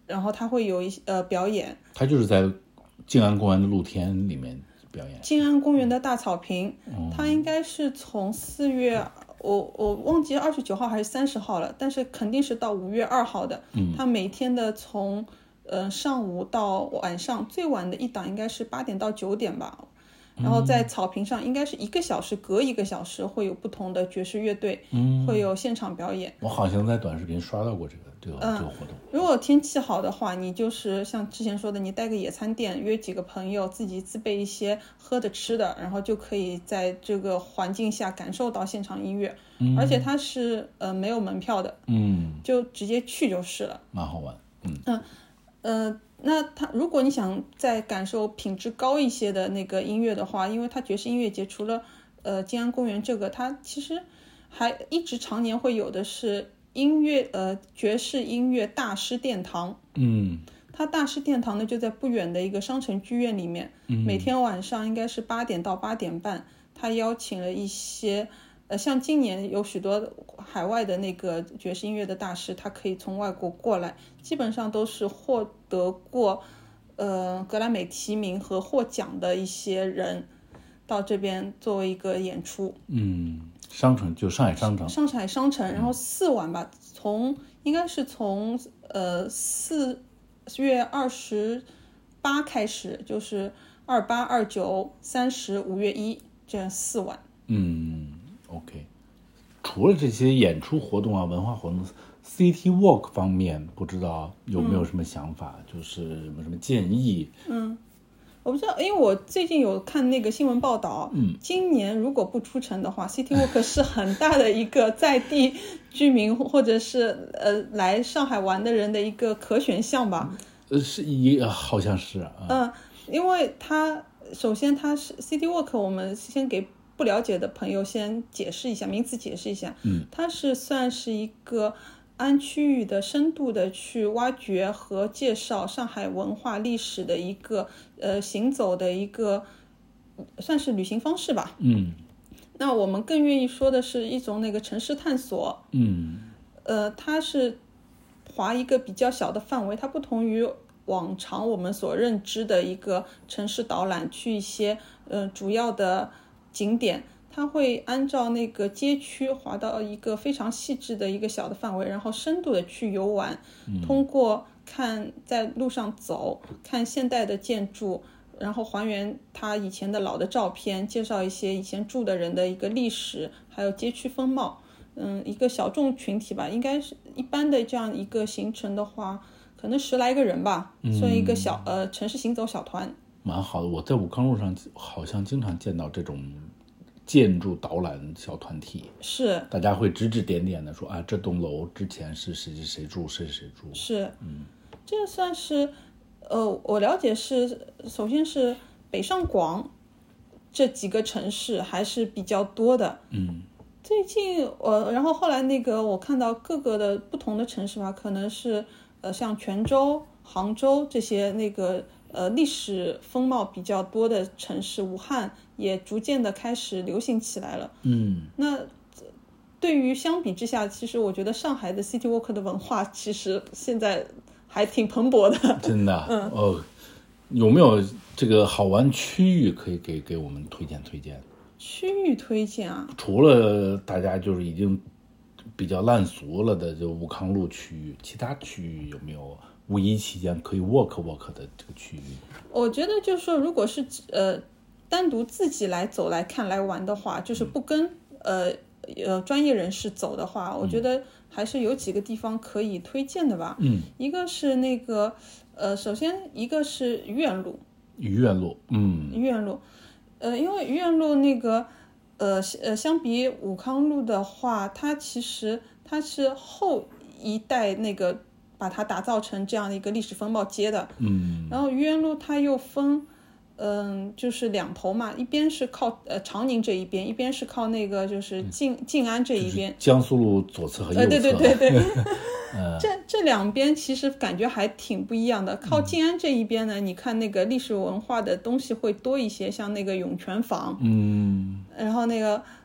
然后它会有一呃表演。 它就是在静安公园的露天里面表演。 静安公园的大草坪，嗯、它应该是从四月，我我忘记二十九号还是三十号了，但是肯定是到五月二号的。嗯，它每天的从呃上午到晚上，最晚的一档应该是八点到九点吧。然后在草坪上应该是一个小时，隔一个小时会有不同的爵士乐队，嗯，会有现场表演。 我好像在短视频刷到过这个这个、 嗯、 这个活动。 如果天气好的话，你就是像之前说的，你带个野餐垫，约几个朋友，自己自备一些喝的吃的，然后就可以在这个环境下感受到现场音乐。嗯、而且它是呃没有门票的，嗯，就直接去就是了， 蛮好玩。嗯嗯呃。那它，如果你想再感受品质高一些的那个音乐的话，因为它爵士音乐节除了呃静安公园这个，它其实还一直常年会有的是音乐呃爵士音乐大师殿堂。嗯，它大师殿堂呢就在不远的一个商城剧院里面，嗯、每天晚上应该是八点到八点半，它邀请了一些。呃，像今年有许多海外的那个爵士音乐的大师，他可以从外国过来，基本上都是获得过呃格莱美提名和获奖的一些人到这边作为一个演出。嗯， 商城就上海商城， 上海商城，然后四晚吧，从应该是从呃四月二十八开始，就是二八、二九、三十、五月一这样四晚。 嗯。OK， 除了这些演出活动啊、文化活动 ，City Walk 方面不知道有没有什么想法，嗯、就是有没有什么建议？ 嗯，我不知道，因为我最近有看那个新闻报道，嗯，今年如果不出城的话 ，City Walk 是很大的一个在地居民或者是呃来上海玩的人的一个可选项吧。 呃，是一好像是啊。 嗯，因为它首先它是 City Walk， 我们先给。不了解的朋友先解释一下名词，解释一下，嗯，它是算是一个按区域的深度的去挖掘和介绍上海文化历史的一个呃行走的一个算是旅行方式吧，嗯，那我们更愿意说的是一种那个城市探索，嗯，呃，它是划一个比较小的范围，它不同于往常我们所认知的一个城市导览，去一些呃主要的景点，它会按照那个街区划到一个非常细致的一个小的范围，然后深度的去游玩，嗯、通过看在路上走，看现代的建筑，然后还原它以前的老的照片，介绍一些以前住的人的一个历史，还有街区风貌。嗯，一个小众群体吧，应该是一般的这样一个行程的话，可能十来个人吧，算一个小、嗯、呃城市行走小团。 蛮好的，我在武康路上好像经常见到这种建筑导览小团体， 是大家会指指点点的说啊，这栋楼之前是谁谁谁住，谁谁住， 是，嗯，这算是，呃，我了解是，首先是北上广这几个城市还是比较多的，嗯，最近我，然后后来那个我看到各个的不同的城市吧，可能是呃像泉州、杭州这些那个。呃，历史风貌比较多的城市，武汉也逐渐的开始流行起来了。嗯，那对于相比之下，其实我觉得上海的 City Walk 的文化其实现在还挺蓬勃的。 真的，嗯，哦，有没有这个好玩区域可以给给我们推荐推荐？ 区域推荐啊？ 除了大家就是已经比较烂俗了的就武康路区域，其他区域有没有？五一期间可以 walk walk 的这个区域， 我觉得就是说，如果是呃单独自己来走来看来玩的话，就是不跟、嗯、呃呃专业人士走的话，我觉得还是有几个地方可以推荐的吧。嗯，一个是那个呃，首先一个是愚园路， 愚园路，嗯， 愚园路，呃，因为愚园路那个呃呃，相比武康路的话，它其实它是后一代那个。把它打造成这样的一个历史风貌街的，嗯，然后愚园路它又分，嗯，就是两头嘛，一边是靠呃长宁这一边，一边是靠那个就是静静安这一边， 江苏路左侧和右侧， 呃，对对对对，这这两边其实感觉还挺不一样的。靠静安这一边呢，嗯、你看那个历史文化的东西会多一些，像那个涌泉坊，嗯，然后那个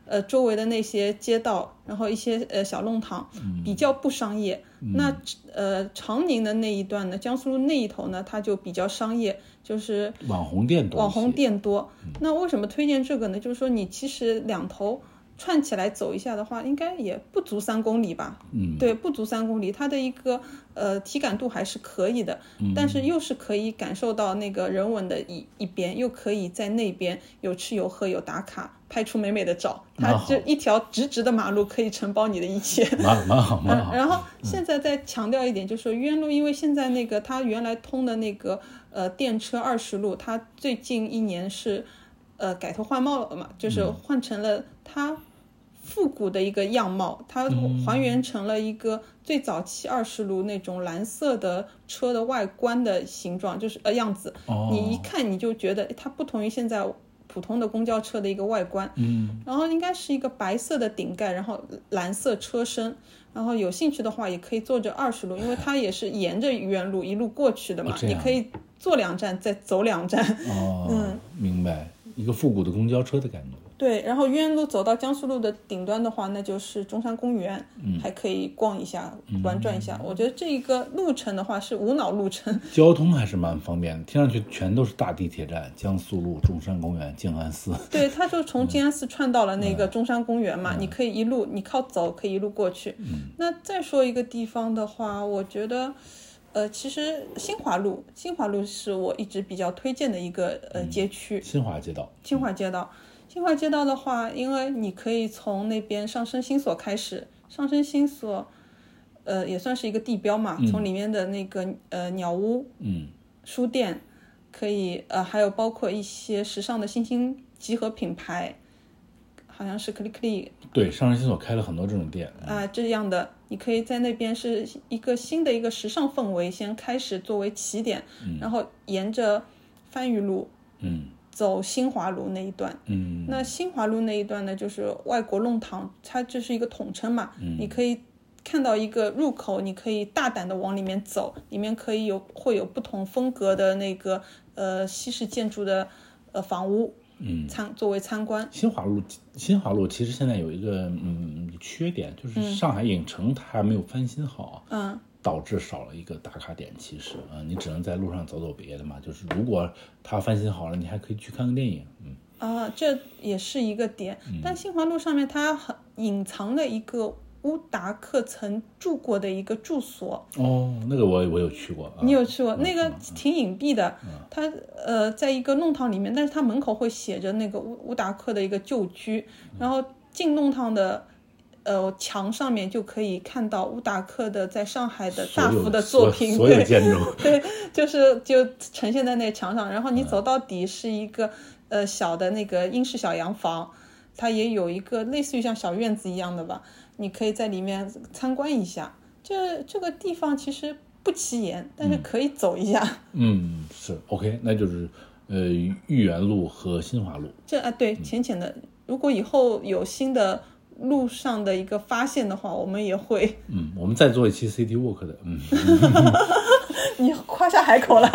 呃周围的那些街道，然后一些呃小弄堂，比较不商业。 嗯、 那呃长宁的那一段呢，江苏路那一头呢，它就比较商业，就是网红店多， 网红店多。嗯、那为什么推荐这个呢？就是说你其实两头串起来走一下的话，应该也不足三公里吧？ 嗯， 对，不足三公里，它的一个呃体感度还是可以的， 嗯、 但是又是可以感受到那个人文的一一边，又可以在那边有吃有喝有打卡，拍出美美的照。它就一条直直的马路可以承包你的一切， 蛮蛮好蛮好、 嗯。然后现在再强调一点，就是说愚园路，因为现在那个它原来通的那个呃电车二十路，它最近一年是。呃，改头换貌了嘛，就是换成了它复古的一个样貌，它还原成了一个最早期二十路那种蓝色的车的外观的形状，就是呃样子。 哦、 你一看你就觉得它不同于现在普通的公交车的一个外观。 嗯， 然后应该是一个白色的顶盖，然后蓝色车身。然后有兴趣的话，也可以坐着二十路，因为它也是沿着愚园路一路过去的嘛， 哦、 你可以坐两站再走两站。 哦， 嗯， 明白。一个复古的公交车的感觉。 对，然后愚园路走到江苏路的顶端的话，那就是中山公园， 嗯、 还可以逛一下玩转一下、嗯、我觉得这一个路程的话是无脑路程， 交通还是蛮方便的，听上去全都是大地铁站，江苏路、中山公园、静安寺。 对，它就从静安寺串到了那个中山公园嘛、 嗯、 你可以一路你靠走可以一路过去、 嗯、 那再说一个地方的话，我觉得呃，其实新华路，新华路是我一直比较推荐的一个呃街区。 新华街道。 新华街道，新华街道的话，因为你可以从那边上升新所开始，上升新所，呃，也算是一个地标嘛。 嗯、 从里面的那个呃鸟屋， 嗯， 书店，可以呃，还有包括一些时尚的新兴集合品牌。好像是 Click Click， 对，上升新所开了很多这种店啊、呃，这样的，你可以在那边是一个新的一个时尚氛围，先开始作为起点， 嗯、 然后沿着番禺路， 嗯， 走新华路那一段， 嗯， 那新华路那一段呢，就是外国弄堂，它这是一个统称嘛， 嗯， 你可以看到一个入口，你可以大胆的往里面走，里面可以有会有不同风格的那个呃西式建筑的呃房屋。 嗯， 参作为参观。 新华路，新华路其实现在有一个嗯缺点，就是上海影城它还没有翻新好， 嗯， 导致少了一个打卡点。其实啊、呃，你只能在路上走走别的嘛。就是如果它翻新好了，你还可以去看个电影。嗯啊，这也是一个点。 嗯、 但新华路上面它很隐藏了一个乌达克曾住过的一个住所。 哦，那个我我有去过。 你有去过？ 嗯、 那个挺隐蔽的。 嗯、 它呃，在一个弄堂里面，但是它门口会写着那个乌乌达克的一个旧居，然后进弄堂的呃墙上面就可以看到乌达克的在上海的大幅的作品， 所有建筑， 对，就是就呈现在那墙上。然后你走到底是一个、嗯、呃小的那个英式小洋房，它也有一个类似于像小院子一样的吧。你可以在里面参观一下，这这个地方其实不起眼，但是可以走一下。 嗯，是 OK， 那就是呃豫园路和新华路。 这啊对，浅浅的。如果以后有新的路上的一个发现的话，我们也会。 嗯，我们再做一期 City Walk 的。嗯， 你夸下海口了。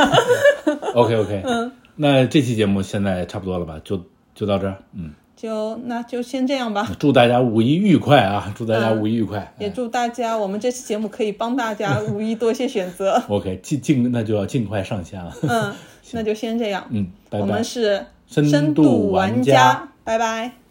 OK OK， 嗯， 那这期节目现在差不多了吧？就就到这儿。嗯。 就那就先这样吧。 祝大家五一愉快啊！祝大家五一愉快， 嗯、也祝大家我们这期节目可以帮大家五一多些选择。 OK， 尽尽那就要尽快上线了。 嗯，那就先这样。 嗯，拜拜。 我们是深度玩家， 拜拜。